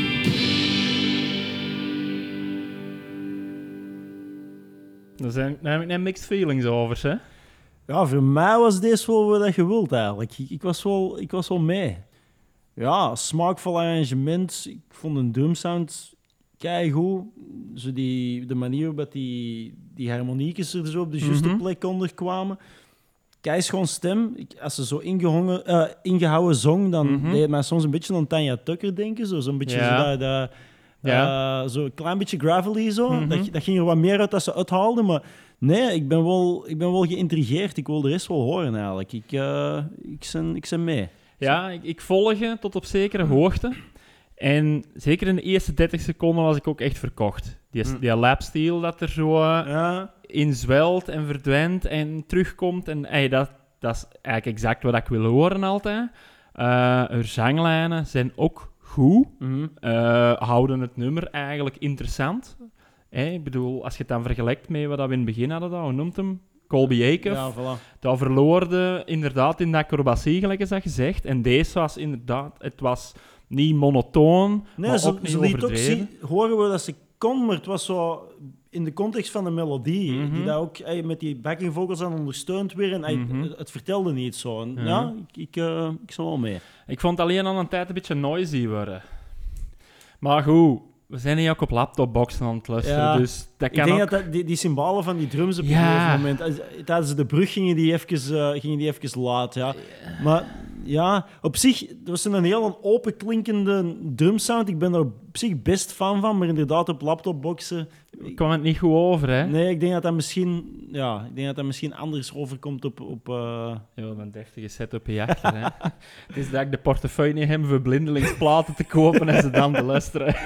S1: Daar zijn- daar heb ik net mixed feelings over, hè?
S2: Ja, voor mij was deze wel wat je wilt eigenlijk. Ik, ik, was wel, ik was wel mee. Ja, smaakvol arrangement. Ik vond een drumsound keigoed. Zo die, de manier waarop die, die harmoniekjes er zo op de juiste
S1: Mhm.
S2: plek onder kwamen. Keischoon stem. Ik, als ze zo ingehongen, eh, ingehouden zong, dan
S1: Mhm.
S2: deed het mij soms een beetje aan Tanya Tucker denken. Zo, zo'n beetje
S1: Ja.
S2: zo dat... dat
S1: Ja.
S2: eh, zo een klein beetje gravelly zo.
S1: Mhm.
S2: dat, dat ging er wat meer uit dat ze uithaalden, maar nee, ik ben wel, ik ben wel geïntrigeerd. Ik wil de rest wel horen eigenlijk. Ik, eh ik, ben, ik ben mee.
S1: Ja, ik, ik volg je tot op zekere hoogte. En zeker in de eerste dertig seconden was ik ook echt verkocht. Die,
S2: Mm.
S1: die lapsteel dat er zo eh,
S2: Ja,
S1: in zwelt en verdwijnt en terugkomt. En ey, dat, dat is eigenlijk exact wat ik wil horen altijd. Eh haar zanglijnen zijn ook goed.
S2: mhm.
S1: Eh, houden het nummer eigenlijk interessant. Hè, ik bedoel, als je het dan vergelijkt met wat we in het begin hadden, dat, hoe noemt hem? Colby Acuff.
S2: Ja, voilà.
S1: Dat verloorde inderdaad in de acrobatie, gelijk is dat gezegd. En deze was inderdaad, het was niet monotoon,
S2: Nee,
S1: maar
S2: ze,
S1: ook niet
S2: ze liet ook
S1: overdreven.
S2: zien, horen we dat ze kon, maar het was zo in de context van de melodie,
S1: Mhm.
S2: die dat ook ey, met die backing vocals aan ondersteund weer. En ey,
S1: Mhm.
S2: het, het vertelde niet zo. En,
S1: Ja.
S2: ja, ik, ik, eh, ik zal wel mee.
S1: Ik vond het alleen aan een tijd een beetje noisy worden. Maar goed, we zijn hier ook op laptopboxen aan het luisteren,
S2: Ja.
S1: dus dat
S2: Ik
S1: kan
S2: denk
S1: ook...
S2: dat, dat die, die symbolen van die drums op een
S1: Ja.
S2: gegeven moment... als- Tijdens de brug gingen die even, eh, gingen die even laat, ja. Maar ja, op zich, dat was een heel open klinkende drumsound. Ik ben er op zich best fan van, maar inderdaad op laptopboxen
S1: kwam het niet goed over, hè?
S2: Nee, ik denk dat dat misschien, ja, ik denk dat dat misschien anders overkomt op... op uh...
S1: Ja, een deftige setup hier achter, hè? Het is dat ik de portefeuille niet heb voor blindelingsplaten te kopen en ze dan te luisteren.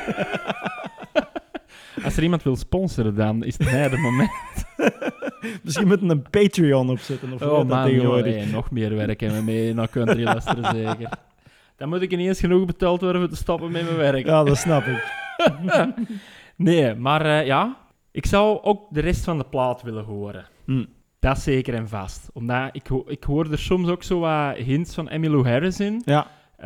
S1: Als er iemand wil sponsoren, dan is het mij het moment.
S2: Misschien moeten we een Patreon opzetten. Of
S1: Oh
S2: wat dat
S1: man, joh,
S2: tegenwoordig.
S1: hey, nog meer werk hebben we mee naar country luisteren, zeker. Dan moet ik niet eens genoeg betaald worden om te stoppen met mijn werk.
S2: Ja, dat snap ik.
S1: Nee, maar uh, ja, ik zou ook de rest van de plaat willen horen.
S2: Hm.
S1: Dat zeker en vast. Omdat ik, ho- ik hoor er soms ook zo wat hints van Emmylou Harris in.
S2: Ja.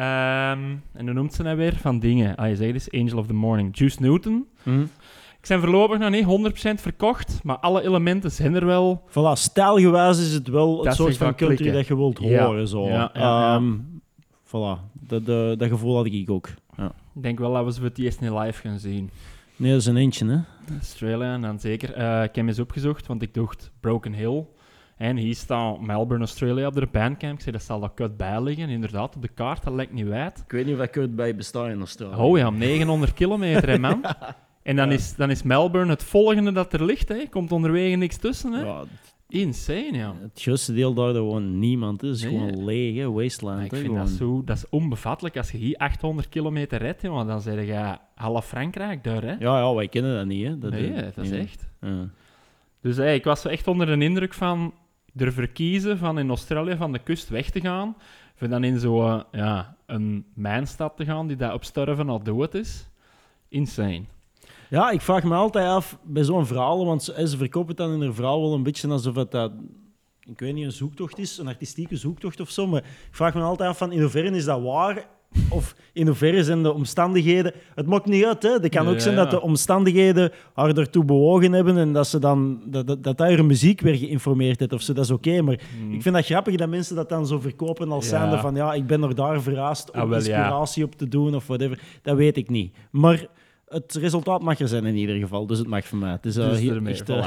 S1: Um, en hoe noemt ze nou weer? Van dingen. Ah, je zegt dus Angel of the Morning. Juice Newton.
S2: Hm.
S1: Ik ben voorlopig nog niet honderd procent verkocht, maar alle elementen zijn er wel.
S2: Voilà, stijlgewijs is het wel het
S1: Dat
S2: soort
S1: zich
S2: van
S1: gaat
S2: country
S1: klikken.
S2: dat je wilt
S1: Ja.
S2: horen. Zo.
S1: Ja, ja, ja.
S2: Um, voilà, dat, dat, dat gevoel had ik ook. Ja.
S1: Ik denk wel dat we ze voor het eerst in live gaan zien.
S2: Nee, dat is een eentje, hè?
S1: Australia, dan zeker. Uh, ik heb eens opgezocht, want ik dacht Broken Hill. En hier staat Melbourne, Australia op de bandcamp. Ik zei, dat zal dat kut bij liggen. Inderdaad, op de kaart, dat lijkt niet wijd.
S2: Ik weet niet of dat Kurt bij bestaat in Australië.
S1: Oh ja, negenhonderd kilometer, hè, man. En dan,
S2: Ja.
S1: is, dan is Melbourne het volgende dat er ligt, hè. Komt onderwege niks tussen, hè.
S2: Ja,
S1: Insane, ja.
S2: het grootste deel daar gewoon niemand is. Het is
S1: Nee.
S2: gewoon leeg, hè? Wasteland.
S1: Maar ik
S2: hè,
S1: vind
S2: gewoon.
S1: dat zo... Dat is onbevattelijk. Als je hier achthonderd kilometer rijdt, jongen, dan zeg je half Frankrijk daar, hè.
S2: Ja, ja, wij kennen dat niet, hè? Dat,
S1: nee,
S2: eh,
S1: dat is
S2: nee.
S1: echt...
S2: Ja.
S1: Dus hey, ik was zo echt onder de indruk van durven kiezen van in Australië van de kust weg te gaan, voor dan in zo'n ja, een mijnstad te gaan die daar op sterven al dood is. Insane.
S2: Ja, ik vraag me altijd af bij zo'n verhaal, want ze, ze verkopen het dan in hun verhaal wel een beetje alsof het dat, ik weet niet, een zoektocht is, een artistieke zoektocht of zo, maar ik vraag me altijd af van in hoeverre is dat waar? Of in hoeverre zijn de omstandigheden... Het maakt niet uit, hè. Het kan ook
S1: Ja,
S2: zijn
S1: ja.
S2: dat de omstandigheden haar ertoe bewogen hebben en dat ze dan... Dat, dat, dat haar muziek weer geïnformeerd heeft of zo. Dat is oké, maar
S1: Mm.
S2: ik vind dat grappig dat mensen dat dan zo verkopen als
S1: Ja.
S2: zijnde van ja, ik ben er daar verrast om
S1: Ah, wel, ja.
S2: inspiratie op te doen of whatever. Dat weet ik niet. Maar het resultaat mag er zijn in ieder geval, dus het mag voor mij. Het is, uh,
S1: Dus
S2: hier
S1: ermee,
S2: echt, uh,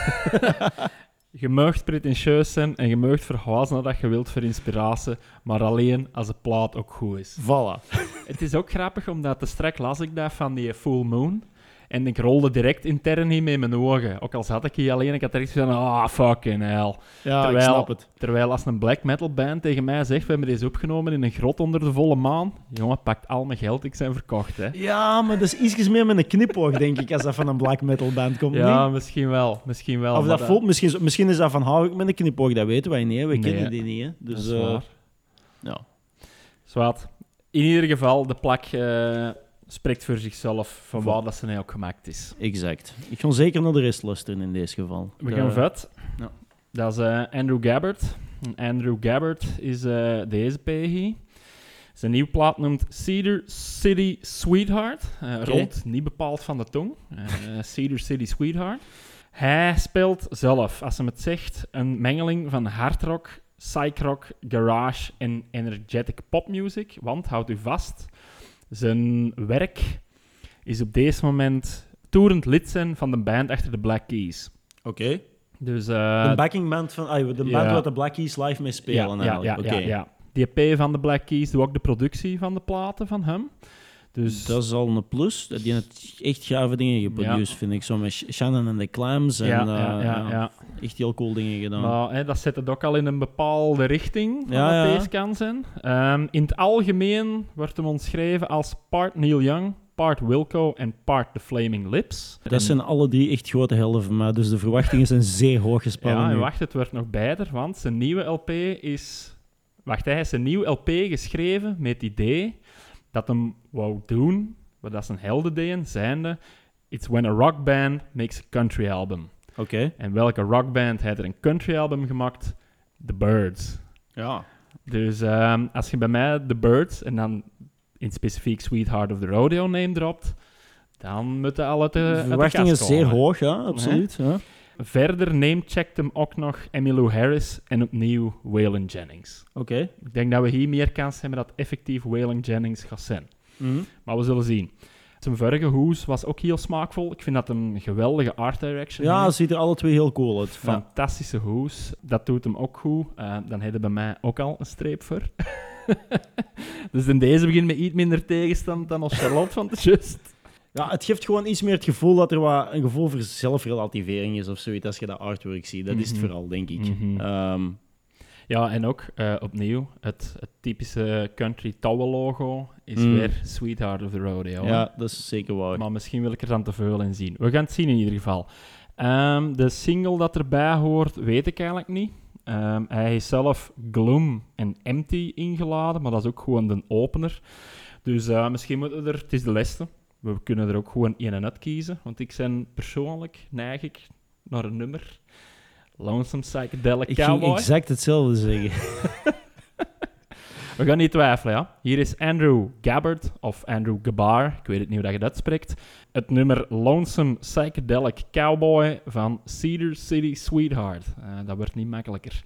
S1: voilà. Je mag pretentieus zijn en je mag verhazen dat je wilt voor inspiratie, maar alleen als de plaat ook goed is.
S2: Voilà.
S1: Het is ook grappig, omdat te strak las ik dat van die Full Moon. En ik rolde direct intern hier met mijn ogen. Ook al zat ik hier alleen, ik had direct van, ah, fucking hell.
S2: Ja,
S1: terwijl,
S2: ik snap het.
S1: Terwijl als een black metal band tegen mij zegt, we hebben deze opgenomen in een grot onder de volle maan. Jongen, pakt al mijn geld, ik zijn verkocht, hè.
S2: Ja, maar dat is iets meer met een knipoog, denk ik, als dat van een black metal band komt.
S1: Ja,
S2: niet?
S1: misschien wel, misschien wel.
S2: Of
S1: maar
S2: dat voelt, misschien, misschien is dat van hou ik met een knipoog, dat weten wij niet. Hè. We
S1: Nee,
S2: kennen die niet. Hè. Dus,
S1: dat is
S2: eh,
S1: waar.
S2: ja.
S1: Zwaar. In ieder geval, de plak eh, spreekt voor zichzelf van waar dat ze nou ook gemaakt is.
S2: Exact. Ik ga zeker naar de rest luisteren in deze geval.
S1: We
S2: De-
S1: gaan vet.
S2: ja.
S1: Dat is eh, Andrew Gabbard. En Andrew Gabbard is eh, deze P G. Zijn nieuwe plaat noemt Cedar City Sweetheart. Eh
S2: Oké.
S1: Rolt niet bepaald van de tong. Eh, Cedar City Sweetheart. Hij speelt zelf, als hij het zegt, een mengeling van hardrock, psychrock, garage en energetic popmuziek. Want, houd u vast, zijn werk is op deze moment toerend lid zijn van de band achter de Black Keys.
S2: Oké.
S1: Dus, eh,
S2: De backing band van... ah, de
S1: ja.
S2: band waar de Black Keys live mee spelen
S1: ja, ja,
S2: eigenlijk.
S1: ja,
S2: Oké.
S1: ja, ja. Die E P van de Black Keys doet ook de productie van de platen van hem. Dus
S2: Dat is al een plus. Die heeft echt gave dingen geproduceerd, vind ik. Zo met Sh- Shannon and the Clams. En,
S1: ja,
S2: eh,
S1: ja, ja,
S2: ja,
S1: ja.
S2: echt heel cool dingen gedaan.
S1: Maar hè, dat zet het ook al in een bepaalde richting van
S2: Ja,
S1: wat
S2: ja.
S1: deze kan zijn. Ehm, in het algemeen wordt hem omschreven als part Neil Young, part Wilco en part The Flaming Lips.
S2: Dat zijn alle drie echt grote helden van mij. Dus de verwachtingen zijn zeer hoog gespannen.
S1: Ja, en
S2: nu.
S1: wacht, het wordt nog beter, want zijn nieuwe L P is... Wacht, hij heeft zijn nieuwe L P geschreven met het idee dat hem wou doen, wat dat zijn helden deden, zijnde... It's when a rock band makes a country album.
S2: Oké.
S1: En welke rockband heeft er een country album gemaakt? The Birds.
S2: Ja.
S1: Dus ehm, als je bij mij The Birds en dan in specifiek Sweetheart of the Rodeo name dropt, dan moeten alle te,
S2: De
S1: uit de
S2: verwachtingen
S1: kast
S2: zeer
S1: komen.
S2: hoog, ja, absoluut. Ja.
S1: Verder namecheckt hem ook nog Emmylou Harris en opnieuw Waylon Jennings.
S2: Oké.
S1: Ik denk dat we hier meer kans hebben dat effectief Waylon Jennings gaat zijn.
S2: Mhm.
S1: Maar we zullen zien. Zijn vorige hoes was ook heel smaakvol. Ik vind dat een geweldige art direction
S2: Ja,
S1: heeft.
S2: het ziet er alle twee heel cool uit. Ja.
S1: Fantastische hoes. Dat doet hem ook goed. Uh, dan heeft hij bij mij ook al een streep voor. Dus in deze begint met iets minder tegenstand dan als Charlotte van de Just.
S2: Ja, het geeft gewoon iets meer het gevoel dat er wat, een gevoel voor zelfrelativering is of zoiets als je dat artwork ziet. Dat mm-hmm. is het vooral, denk ik.
S1: Mm-hmm.
S2: Um,
S1: ja, en ook uh, opnieuw, het, het typische country towel logo is
S2: mm.
S1: weer Sweetheart of the Rodeo.
S2: Ja, dat is zeker waar.
S1: Maar misschien wil ik er dan te veel in zien. We gaan het zien in ieder geval. Um, de single dat erbij hoort, weet ik eigenlijk niet. Um, hij is zelf Gloom en Empty ingeladen, maar dat is ook gewoon de opener. Dus uh, misschien moeten we er... Het is de leste. We kunnen er ook gewoon in en uit kiezen. Want ik ben persoonlijk, neig ik naar een nummer. Lonesome Psychedelic
S2: ik
S1: Cowboy.
S2: Ik ging exact hetzelfde zeggen.
S1: We gaan niet twijfelen, ja. Hier is Andrew Gabbard, of Andrew Gabar. Ik weet het niet hoe dat je dat spreekt. Het nummer Lonesome Psychedelic Cowboy van Cedar City Sweetheart. Uh, dat wordt niet makkelijker.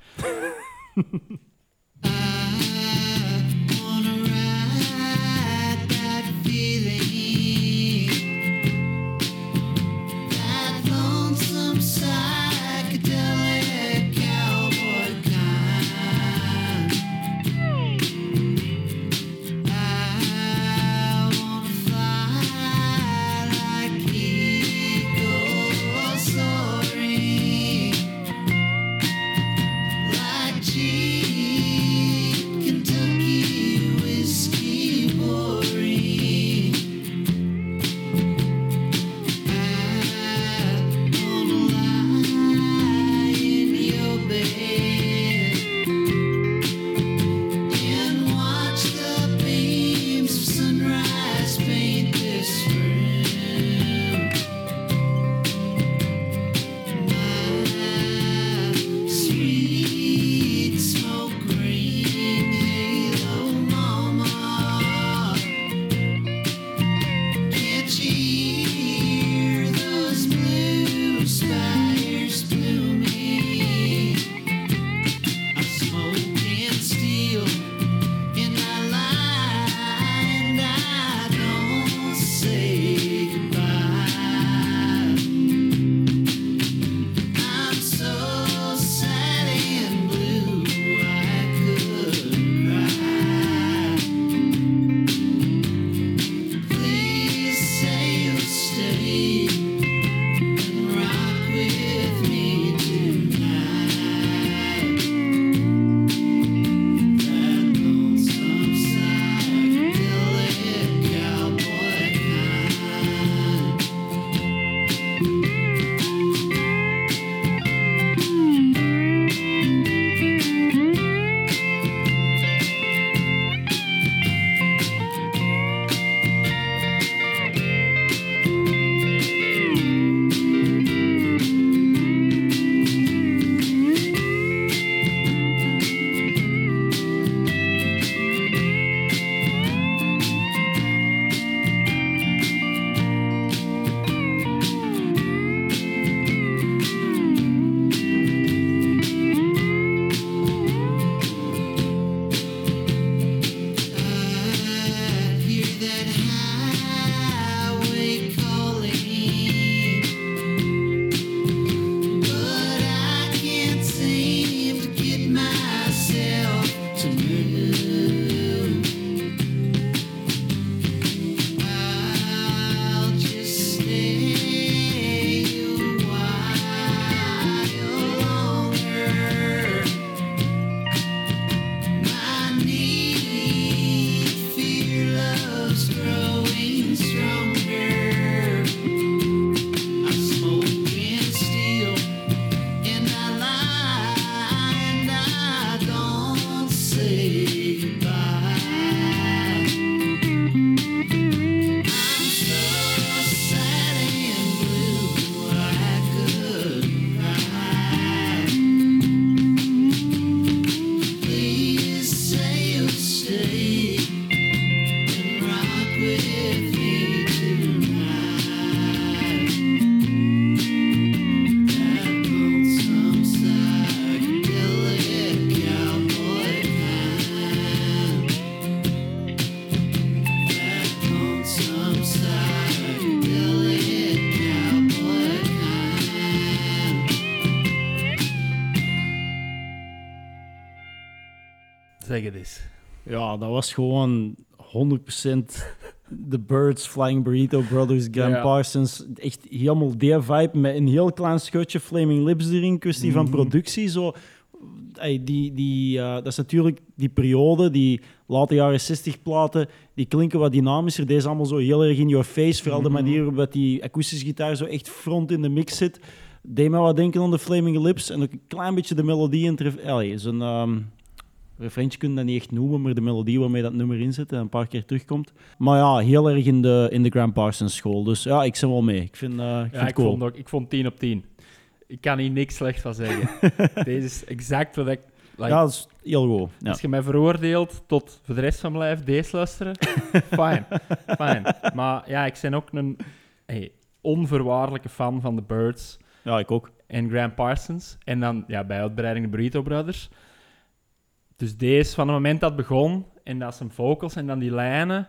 S2: Zeg het eens. Ja, dat was gewoon honderd procent The Birds, Flying Burrito Brothers, Gram
S1: Ja.
S2: Parsons. Echt helemaal die vibe met een heel klein schutje Flaming Lips erin. Kwestie van
S1: Mhm.
S2: productie. Zo. Ey, die, die, uh, dat is natuurlijk die periode, die late jaren zestig platen, die klinken wat dynamischer. Deze allemaal zo heel erg in your face. Vooral de
S1: Mhm.
S2: manier waarop die akoestische gitaar zo echt front in de mix zit. Deed me wat denken aan de Flaming Lips. En ook een klein beetje de melodie. In het ref- Allee, zo'n um, refreintje kun je dat niet echt noemen, maar de melodie waarmee dat nummer inzet en een paar keer terugkomt. Maar ja, heel erg in de, in de Gram Parsons school. Dus ja, ik zit wel mee. Ik vind, uh, ik
S1: Ja,
S2: vind het
S1: ik,
S2: cool.
S1: vond ook, ik vond tien op tien. Ik kan hier niks slecht van zeggen. Deze is exact wat ik... Like,
S2: Ja, dat is heel goed. Ja.
S1: Als je mij veroordeelt tot voor de rest van mijn lijf deze luisteren, fijn. Fijn. Maar ja, ik ben ook een hey, onvoorwaardelijke fan van The Birds
S2: ja, ik ook.
S1: en Gram Parsons. En dan ja, bij uitbreiding de Burrito Brothers. Dus deze, van het moment dat het begon, en dat zijn vocals en dan die lijnen,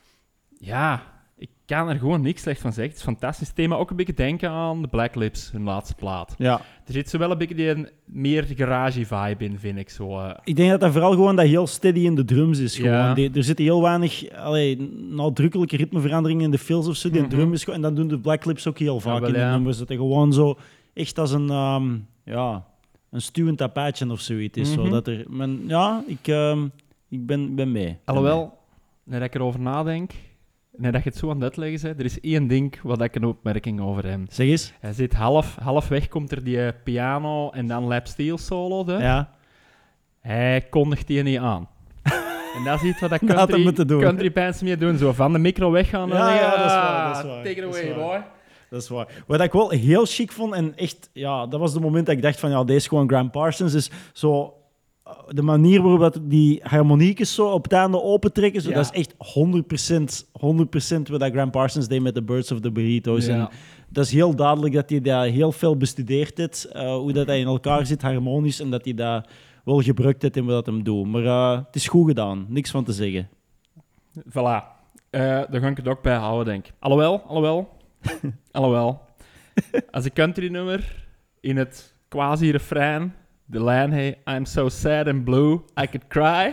S1: ja, ik kan er gewoon niks slecht van zeggen. Het is fantastisch. Het thema ook een beetje denken aan de Black Lips, hun laatste plaat.
S2: Ja.
S1: Er zit zo wel een beetje die, meer garage-vibe in, vind ik zo. eh.
S2: Ik denk dat dat vooral gewoon dat heel steady in de drums is. Gewoon.
S1: Ja.
S2: Die, er zitten heel weinig allee, nadrukkelijke ritmeveranderingen in de fills of zo. Die
S1: Mhm.
S2: drum is gewoon, en dan doen de Black Lips ook heel vaak
S1: wel,
S2: in de
S1: ja.
S2: nummers. Dat hij gewoon zo echt als een, ehm, ja, een stuwend tapijtje of zoiets is.
S1: Mhm.
S2: Zo, dat er, men, ja, ik, ehm, ik ben, ben mee. Ben
S1: Alhoewel, nadat ik erover nadenk, nadat je het zo aan het uitleggen bent, er is één ding wat ik een opmerking over heb.
S2: mee. Zeg eens.
S1: Hij zit half, halfweg, komt er die piano en dan lap steel solo. Hè?
S2: Ja.
S1: Hij kondigt die niet aan. En dat is iets wat dat
S2: Dat had hem
S1: country,
S2: moeten doen.
S1: country bands mee doen. Zo van de micro weggaan en
S2: Ja,
S1: zeggen,
S2: ja, dat is waar,
S1: "Ah,
S2: dat is waar,
S1: take it
S2: dat is
S1: away,
S2: waar."
S1: boy.
S2: Dat is waar. Wat ik wel heel chic vond, en echt, ja, dat was het moment dat ik dacht van, ja, deze is gewoon Gram Parsons. Dus zo, uh, de manier waarop dat die harmoniekjes zo op het einde opentrekken, zo,
S1: Ja.
S2: dat is echt honderd procent, honderd procent wat dat Gram Parsons deed met de Birds of the Burritos.
S1: Ja.
S2: En dat is heel duidelijk dat hij dat heel veel bestudeerd heeft, uh, hoe dat hij in elkaar zit, harmonisch, en dat hij dat wel gebruikt heeft in wat dat hem doet. Maar uh, het is goed gedaan, niks van te zeggen.
S1: Voilà. Eh, daar ga ik het ook bij houden, denk ik. Alhoewel, alhoewel, alhoewel. Als een country nummer in het quasi-refrein, de lijn, hey, I'm so sad and blue, I could cry.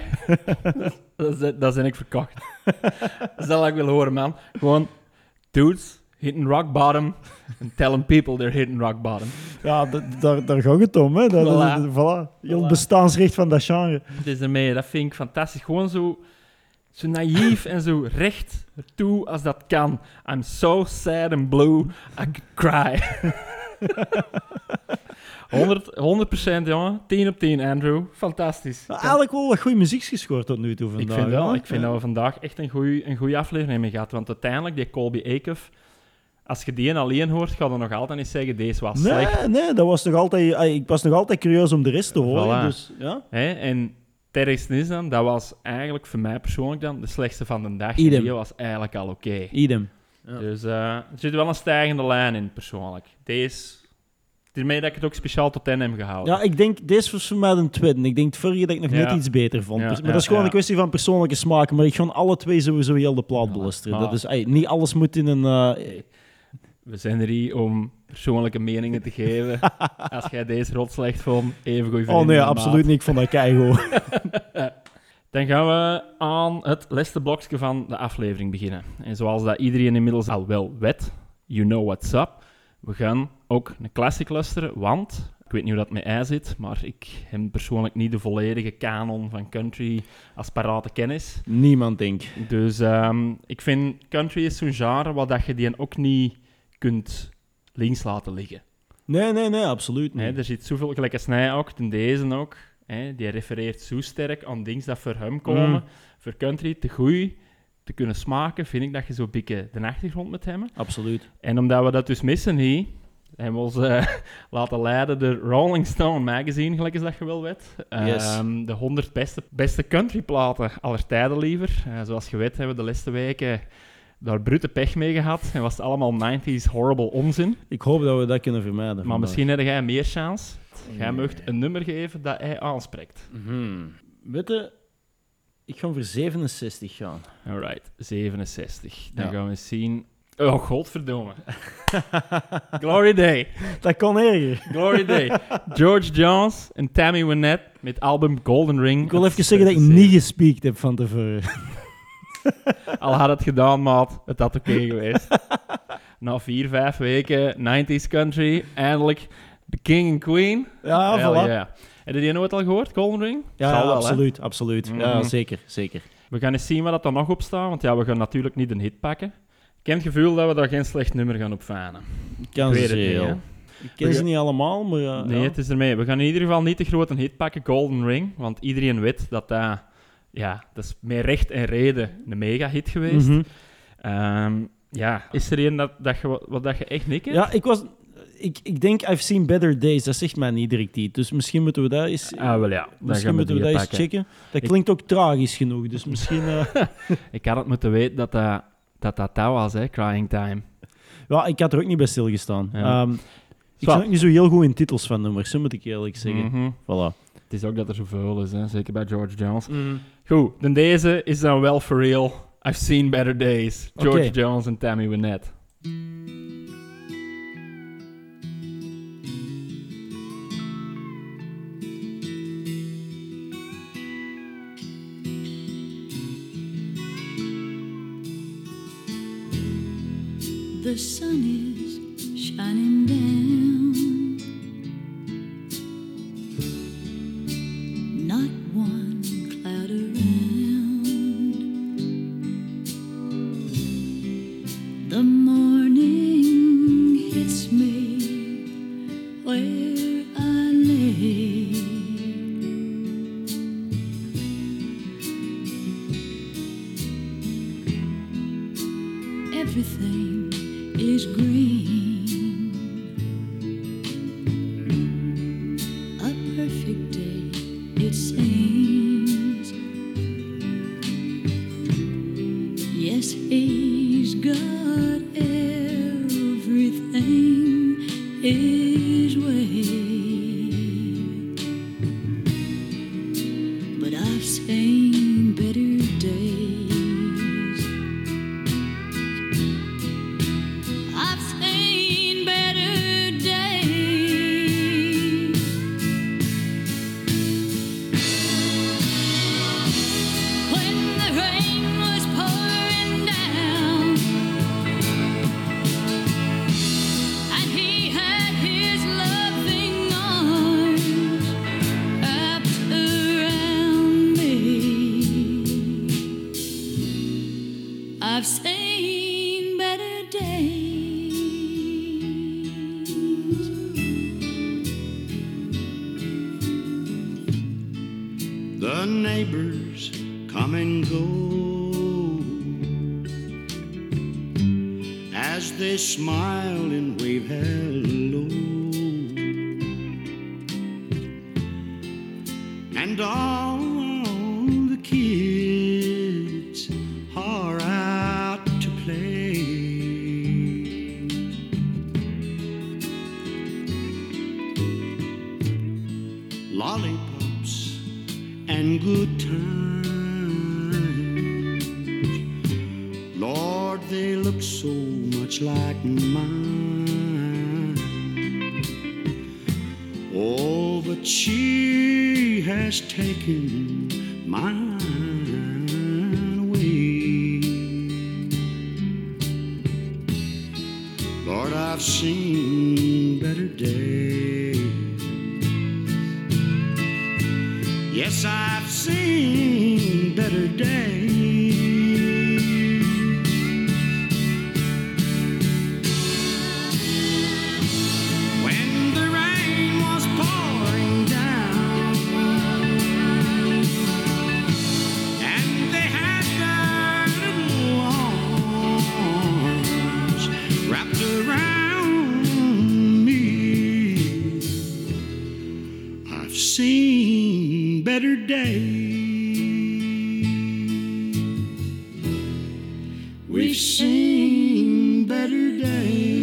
S1: dat, is, dat ben ik verkocht. Dat is dat wat ik wil horen, man. Gewoon, dudes hitting rock bottom and telling people they're hitting rock bottom.
S2: Ja, d- daar, daar gaat het om, hè. Dat,
S1: Voilà.
S2: dat- voilà. Heel
S1: Voilà.
S2: bestaansrecht van dat genre.
S1: Dus daarmee, dat vind ik fantastisch. Gewoon zo, zo naïef en zo recht toe als dat kan. I'm so sad and blue, I could cry. honderd procent, jongen. tien op tien, Andrew. Fantastisch.
S2: Maar eigenlijk wel wat goede muziek gescoord tot nu toe vandaag.
S1: ik vind wel.
S2: hè?
S1: Ik vind dat we vandaag echt een goeie- een goede aflevering mee gehad. Want uiteindelijk, die Colby Acuff, als je die alleen hoort, ga je nog altijd niet zeggen, deze was slecht.
S2: Nee, nee, dat was nog altijd, ay, ik was nog altijd curieus om de rest te horen.
S1: Voilà.
S2: Dus, ja.
S1: Hè? En Terrence is dan, dat was eigenlijk voor mij persoonlijk dan de slechtste van de dag.
S2: Idem.
S1: Die was eigenlijk al oké.
S2: Idem. Ja.
S1: Dus eh, er zit wel een stijgende lijn in, persoonlijk. Deze, hiermee dat ik het ook speciaal tot ten heb gehouden.
S2: Ja, ik denk, deze was voor mij een tweede. Ik denk het vorige dat ik nog
S1: Ja.
S2: net iets beter vond.
S1: Ja,
S2: maar
S1: ja,
S2: dat is gewoon
S1: ja.
S2: een kwestie van persoonlijke smaak. Maar ik ga alle twee sowieso heel de plaat
S1: Ja,
S2: belusteren.
S1: maar-
S2: Dat is, ay, niet alles moet in een... eh,
S1: We zijn er hier om persoonlijke meningen te geven. Als jij deze rot slecht vond, even goeie vrienden.
S2: oh nee,
S1: en
S2: absoluut
S1: maat.
S2: niet. Ik vond dat keigoed.
S1: Dan gaan we aan het laatste blokje van de aflevering beginnen. En zoals dat iedereen inmiddels al wel weet, you know what's up. We gaan ook een classic luisteren, want ik weet niet hoe dat met hij zit, maar ik heb persoonlijk niet de volledige kanon van country als parate kennis.
S2: Niemand denkt.
S1: Dus ehm, ik vind country is zo'n genre waar dat je die ook niet kunt links laten liggen.
S2: Nee, nee, nee, absoluut niet.
S1: Hè, er zit zoveel, gelijk als Snij ook, ten deze ook. Hè, die refereert zo sterk aan dingen dat voor hem komen.
S2: Mm.
S1: Voor country te goed te kunnen smaken, vind ik dat je zo'n beetje de achtergrond moet hebben.
S2: Absoluut.
S1: En omdat we dat dus missen hier, hebben we ons eh, laten leiden door Rolling Stone magazine, gelijk als dat je wel weet.
S2: Yes.
S1: Ehm, de honderd beste, beste countryplaten aller tijden liever. Eh, zoals je weet hebben we de laatste weken daar brute pech mee gehad. En was het allemaal nineties horrible onzin.
S2: Ik hoop dat we dat kunnen vermijden.
S1: Maar
S2: vandaag.
S1: misschien heb jij meer chance. Jij mag een nummer geven dat hij aanspreekt.
S2: Mhm. Weet je, ik ga voor zevenenzestig gaan.
S1: Alright, zevenenzestig. Dan
S2: Ja.
S1: gaan we eens zien. Oh, godverdomme. Glory Day.
S2: Dat kan erger.
S1: Glory Day. George Jones en Tammy Wynette met album Golden Ring.
S2: Ik wil even zeggen dat ik niet gespeakt heb van tevoren.
S1: Al had het gedaan, maat. Het had oké geweest. Na vier, vijf weken, nineties country, eindelijk de king en queen.
S2: Ja,
S1: Hell
S2: voilà.
S1: yeah. Heb je die nooit al gehoord, Golden Ring?
S2: Ja,
S1: Zal
S2: ja,
S1: wel,
S2: absoluut, absoluut.
S1: Mhm.
S2: Ja, zeker, zeker.
S1: We gaan eens zien wat er nog op staat, want ja, we gaan natuurlijk niet een hit pakken. Ik heb het gevoel dat we daar geen slecht nummer gaan op fanen.
S2: Kan
S1: Ik
S2: ze
S1: weet het niet,
S2: heel.
S1: hè.
S2: Ik ken ze niet allemaal, maar ja.
S1: Nee,
S2: ja.
S1: het is ermee. We gaan in ieder geval niet te groot een hit pakken, Golden Ring, want iedereen weet dat dat, ja, dat is met recht en reden een mega-hit geweest.
S2: Mhm.
S1: Ehm, ja, is er een dat, dat, je, wat dat je echt niet kent?
S2: Ja, ik was... Ik, ik denk, I've seen better days. Dat zegt mij niet direct iets. Dus misschien moeten we dat eens...
S1: Ah, wel ja. Dan
S2: misschien
S1: gaan we
S2: moeten we
S1: die
S2: dat eens
S1: pakken.
S2: checken. Dat
S1: Ik-
S2: klinkt ook tragisch genoeg, dus misschien... eh,
S1: Ik had het moeten weten dat dat, dat, dat, dat was, hè, Crying Time.
S2: Ja, ik had er ook niet bij stilgestaan.
S1: Ja.
S2: Ehm, ik
S1: Zwat.
S2: ben ook niet zo heel goed in titels van nummers, hè, moet ik eerlijk zeggen.
S1: Mhm.
S2: Voilà.
S1: Het is ook dat er zoveel is, hè? Zeker bij George Jones. Goed, dan deze is dan wel for real. I've seen better days. George
S2: Oké.
S1: Jones en Tammy Wynette.
S5: The sun is shining down. Not one cloud around. The morning hits me where I lay. Everything is green. A perfect day, it seems. Yes, he's got everything his way. But I've seen better days. I've seen better days. When the rain was pouring down and he had his loving arms wrapped around me. I've seen better days.
S4: The neighbors come and go as they smile and wave hello. And all the kids are out to play. Lollipops and good times. Lord, they look so much like mine. Oh, but she has taken mine away. Lord, I've seen better days. Yes, I've seen better days. When the rain was pouring down and they had their little arms wrapped around me, I've seen better days. We've seen better days.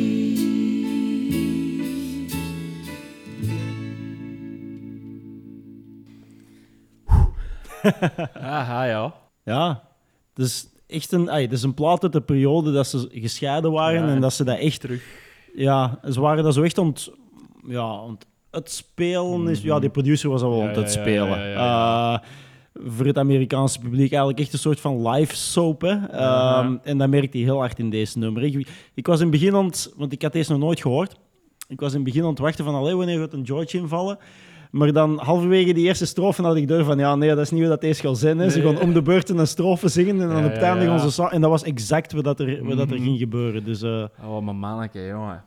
S1: Aha, ja.
S2: Ja, dus echt een, ay, dus een plaat uit de periode dat ze gescheiden waren
S1: Ja,
S2: en dat ze dat echt...
S1: terug.
S2: Ja, ze waren dat zo echt ont, ja, ont, het spelen is... Ja, die producer was al wel
S1: Ja,
S2: aan
S1: ja,
S2: het
S1: ja,
S2: spelen.
S1: ja, ja, ja.
S2: Eh, voor het Amerikaanse publiek eigenlijk echt een soort van live soap. Hè?
S1: Ja.
S2: Um, en dat merkte hij heel hard in deze nummer. Ik, ik was in het begin aan het... Want ik had deze nog nooit gehoord. Ik was in het begin aan het wachten van... Allee, wanneer gaat een George invallen? Maar dan halverwege die eerste strofe had ik door van... Ja, nee, dat is niet hoe dat deze gaat zijn. Hè. Ze
S1: Nee.
S2: gaan om de beurt een strofe zingen en dan
S1: Ja,
S2: op het einde
S1: ja,
S2: gaan
S1: ja.
S2: ze... sa- En dat was exact wat, dat er, wat dat er
S1: Mhm.
S2: ging gebeuren. Dus... Uh,
S1: Oh, mijn manneke, jongen.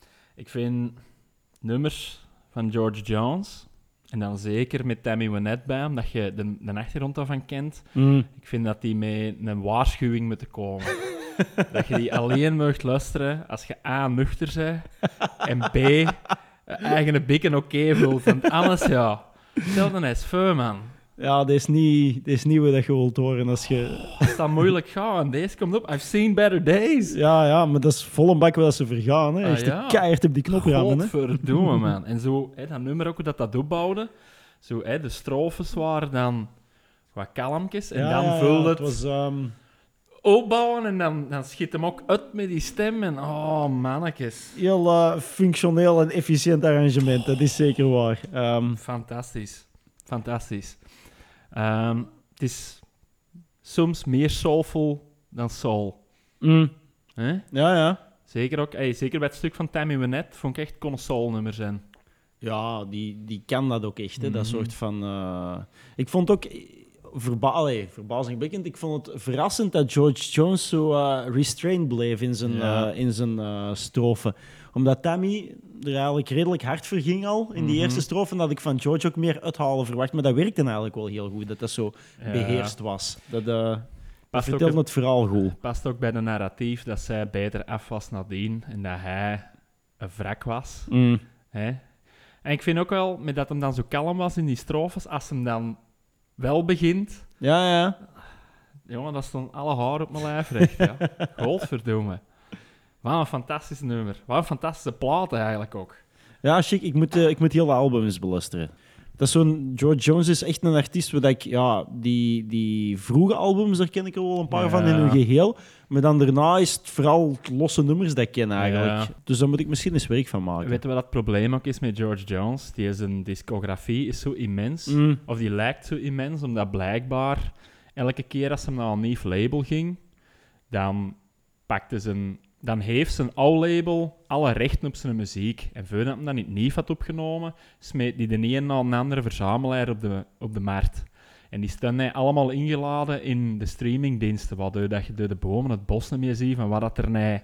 S1: Ik vind nummers van George Jones, en dan zeker met Tammy Wynette bij hem, dat je de, de achtergrond daarvan kent,
S2: mm.
S1: ik vind dat die met een waarschuwing moeten komen. Dat je die alleen mag luisteren als je A, nuchter bent, en B, je eigen bikken oké voelt. Want anders, ja, hetzelfde is veel, man.
S2: Ja, dit is niet, dit is niet wat je wilt horen als je...
S1: Als dat moeilijk gaat, en deze komt op, I've seen better days.
S2: Ja, ja, maar dat is vol een bak waar ze vergaan. Hè.
S1: Ah,
S2: Echt
S1: ja.
S2: keihard op die knop rammen. Hè.
S1: Godverdomme, man. En zo, hè, dat nummer ook, hoe dat dat opbouwde. Zo, hè, de strofes waren dan wat kalmpjes. En
S2: Ja,
S1: dan
S2: ja, ja,
S1: vulde het,
S2: het was... ehm,
S1: opbouwen. En dan, dan schiet hem ook uit met die stem. En oh, mannetjes.
S2: heel uh, functioneel en efficiënt arrangement, dat is zeker waar. Ehm,
S1: Fantastisch. Fantastisch. Ehm, het is soms meer soulful dan soul.
S2: mm,
S1: Hè?
S2: ja, ja.
S1: Zeker ook, hey, zeker bij het stuk van Tammy Wynette vond ik echt kon een soul-nummer zijn.
S2: Ja, die, die kan dat ook echt, hè. Dat
S1: Mhm.
S2: soort van... eh, Ik vond ook... Verba allee, verbazingwekkend. Ik vond het verrassend dat George Jones zo uh, restrained bleef in zijn,
S1: Ja.
S2: uh, in zijn uh, strofe. Omdat Tammy er eigenlijk redelijk hard voor ging al in die
S1: Mhm.
S2: eerste strofe. En dat ik van George ook meer uithalen verwacht. Maar dat werkte eigenlijk wel heel goed, dat dat zo
S1: Ja.
S2: beheerst was. Dat, uh, dat
S1: Past ook,
S2: vertelde het verhaal goed.
S1: past ook bij de narratief dat zij beter af was nadien en dat hij een wrak was.
S2: Mm.
S1: Hè? En ik vind ook wel, met dat hem dan zo kalm was in die strofes, als hem dan wel begint,
S2: Ja, ja.
S1: jongen, dat stond alle haar op mijn lijf recht. Ja. Godverdomme. Wat een fantastisch nummer. Wat een fantastische plaat eigenlijk ook.
S2: Ja, chic. Ik moet, uh, ik moet heel album eens beluisteren. Dat is zo'n... George Jones is echt een artiest waar ik... Ja, die, die vroege albums, daar ken ik er wel een paar
S1: Ja.
S2: van in hun geheel. Maar dan daarna is het vooral losse nummers dat ik ken eigenlijk.
S1: Ja.
S2: Dus daar moet ik misschien eens werk van maken.
S1: Weet je wat het probleem ook is met George Jones? Die zijn discografie is zo immens.
S2: Mm.
S1: Of die lijkt zo immens, omdat blijkbaar elke keer als hij naar een nieuw label ging, dan pakte zijn... Dan heeft zijn oude label alle rechten op zijn muziek. En voordat hij dat niet nieuw had opgenomen, smeet die de een na de andere verzamelaar op de, op de markt. En die staan hij allemaal ingeladen in de streamingdiensten, waardoor dat je door de bomen het bos niet meer ziet van wat dat er nee,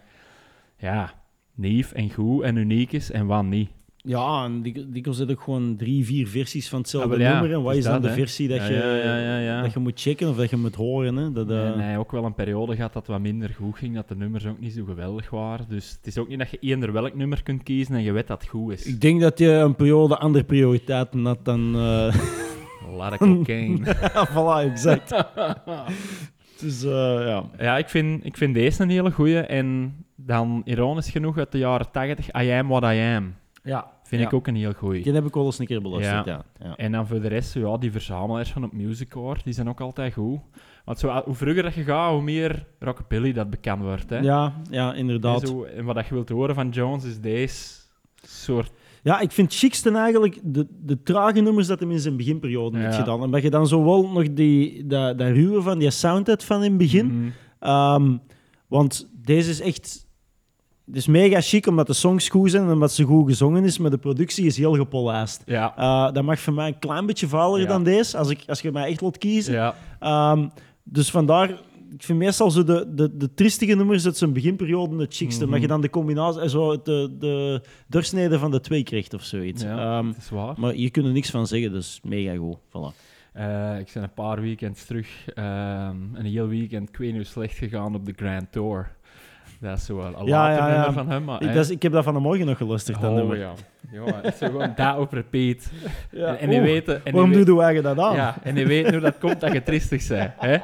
S1: ja, nieuw en goed en uniek is en wat niet.
S2: Ja, en die, die zit ook gewoon drie, vier versies van hetzelfde
S1: Ah, wel ja,
S2: nummer. En wat
S1: is
S2: is dan
S1: dat,
S2: de
S1: hè?
S2: versie dat,
S1: Ja,
S2: je,
S1: ja, ja, ja, ja.
S2: dat je moet checken of dat je moet horen? Hè? Dat, uh...
S1: En hij ook wel een periode gehad dat het wat minder goed ging, dat de nummers ook niet zo geweldig waren. Dus het is ook niet dat je eender welk nummer kunt kiezen en je weet dat het goed is.
S2: Ik denk dat je een periode andere prioriteiten had dan... Uh...
S1: Lot of cocaine.
S2: voilà, exact. Dus uh, ja.
S1: Ja, ik vind, ik vind deze een hele goeie. En dan, ironisch genoeg, uit de jaren tachtig, I Am What I Am.
S2: Ja.
S1: Vind
S2: Ja.
S1: ik ook een heel goeie.
S2: Die heb ik wel eens een keer beluisterd, ja.
S1: Ja.
S2: ja.
S1: En dan voor de rest, ja, die verzamelaars van op Musiccore, die zijn ook altijd goed. Want zo, hoe vroeger dat je gaat, hoe meer rockabilly dat bekend wordt. Hè?
S2: Ja, ja,
S1: En,
S2: inderdaad.
S1: zo, en wat dat je wilt horen van Jones is deze soort...
S2: Ja, ik vind het chicste eigenlijk de, de trage nummers dat hem in zijn beginperiode heeft
S1: Ja.
S2: gedaan. En dat je dan zo wel nog die, dat, dat ruwe van die sound hebt van in het begin.
S1: Mhm.
S2: Um, want deze is echt... Het is mega chic omdat de songs goed zijn en omdat ze goed gezongen is, maar de productie is heel gepolijst.
S1: Ja.
S2: Uh, dat mag voor mij een klein beetje vuiler
S1: Ja.
S2: dan deze, als, ik, als je mij echt laat kiezen.
S1: Ja.
S2: Um, dus vandaar, ik vind meestal zo de, de, de tristige nummers uit zijn beginperiode het chicste.
S1: Mhm.
S2: Maar je dan de combinatie, eh, zo de, de doorsnede van de twee krijgt of zoiets.
S1: Ja,
S2: Um,
S1: dat is waar.
S2: maar hier kunnen niks van zeggen, dus mega goed. Voilà.
S1: Eh, ik ben een paar weekends terug, ehm, een heel weekend, ik weet niet hoe slecht gegaan op de Grand Tour. Dat is zo een later
S2: Ja, ja, ja.
S1: nummer van hem. Maar,
S2: Ik,
S1: hè.
S2: dat is- ik heb dat van de morgen nog geluisterd. dat
S1: oh,
S2: nummer.
S1: ja. Ja, het is zo gewoon dat op repeat.
S2: Ja.
S1: En, en die
S2: Oeh,
S1: weten... En die
S2: waarom
S1: weet-
S2: doe je eigen dat aan?
S1: Ja, en die weten hoe dat komt dat je tristig bent. Hè?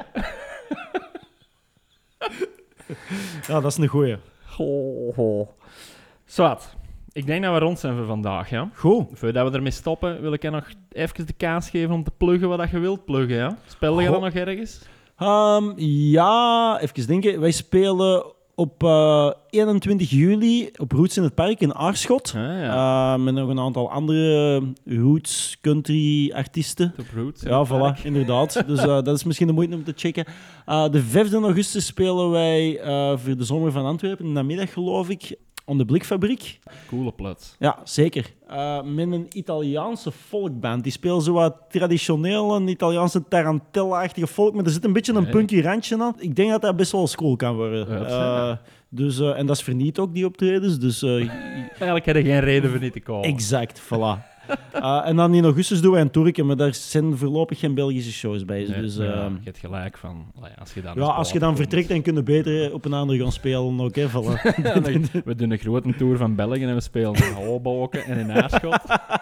S2: Ja, dat is een goeie.
S1: Ho, ho. Zwat, ik denk dat we rond zijn voor vandaag. Ja?
S2: Goed.
S1: Voordat we ermee stoppen, wil ik je nog even de kans geven om te pluggen wat dat je wilt pluggen. Ja? Speel je
S2: Goh.
S1: dat nog ergens?
S2: Um, ja, even denken. Wij spelen op uh, eenentwintig juli op Roots in het Park in Aarschot.
S1: Ah, ja.
S2: Uh, met nog een aantal andere Roots country artiesten.
S1: Top Roots.
S2: Ja, voilà, inderdaad. Dus uh, dat is misschien de moeite om te checken. Uh, de vijfde augustus spelen wij uh, voor de Zomer van Antwerpen, in de namiddag geloof ik, aan de Blikfabriek.
S1: Coole plaats.
S2: Ja, zeker. Uh, met een Italiaanse folkband. Die spelen zo wat traditioneel, een Italiaanse tarantella-achtige folk, maar er zit een beetje een
S1: Nee.
S2: punky randje aan. Ik denk dat dat best wel cool kan worden.
S1: Ja, dat is,
S2: Uh,
S1: ja.
S2: dus, uh, en dat is verniet ook, die optredens. Dus, uh,
S1: Eigenlijk heb je geen reden voor niet te komen.
S2: exact, voilà. Uh, en dan in augustus doen wij een toerke, maar daar zijn voorlopig geen Belgische shows bij.
S1: Nee,
S2: Dus,
S1: ja,
S2: uh,
S1: je hebt gelijk van, allee, als je dan,
S2: ja, als je dan vertrekt, dan kun je beter op een andere gaan spelen ook, hè, voilà.
S1: Ja, dan- we doen een grote tour van België en we spelen in Hoboken en in Aarschot.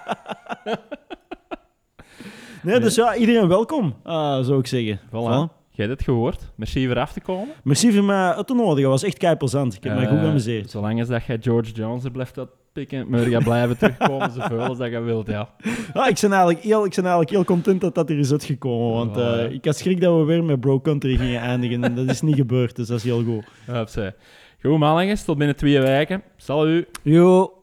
S2: Nee, dus ja, iedereen welkom, uh, zou ik zeggen.
S1: Voilà. Jij hebt het gehoord. Merci voor af te komen.
S2: Merci voor mij uit te nodigen, dat was echt keiplezant. Ik heb mij
S1: Eh,
S2: goed geamuseerd.
S1: Zolang als dat jij George Jones er blijft uitpikken, maar je blijven terugkomen zoveel als dat je wilt, ja.
S2: Ja, ik, ben eigenlijk heel, ik ben eigenlijk heel content dat dat er is uitgekomen, want
S1: Voilà,
S2: uh,
S1: ja.
S2: ik had schrik dat we weer met Bro Country gingen eindigen en dat is niet gebeurd, dus dat is heel goed.
S1: Ja, opzij. Goed, Mallinges, tot binnen twee weken. Salut.
S2: Yo.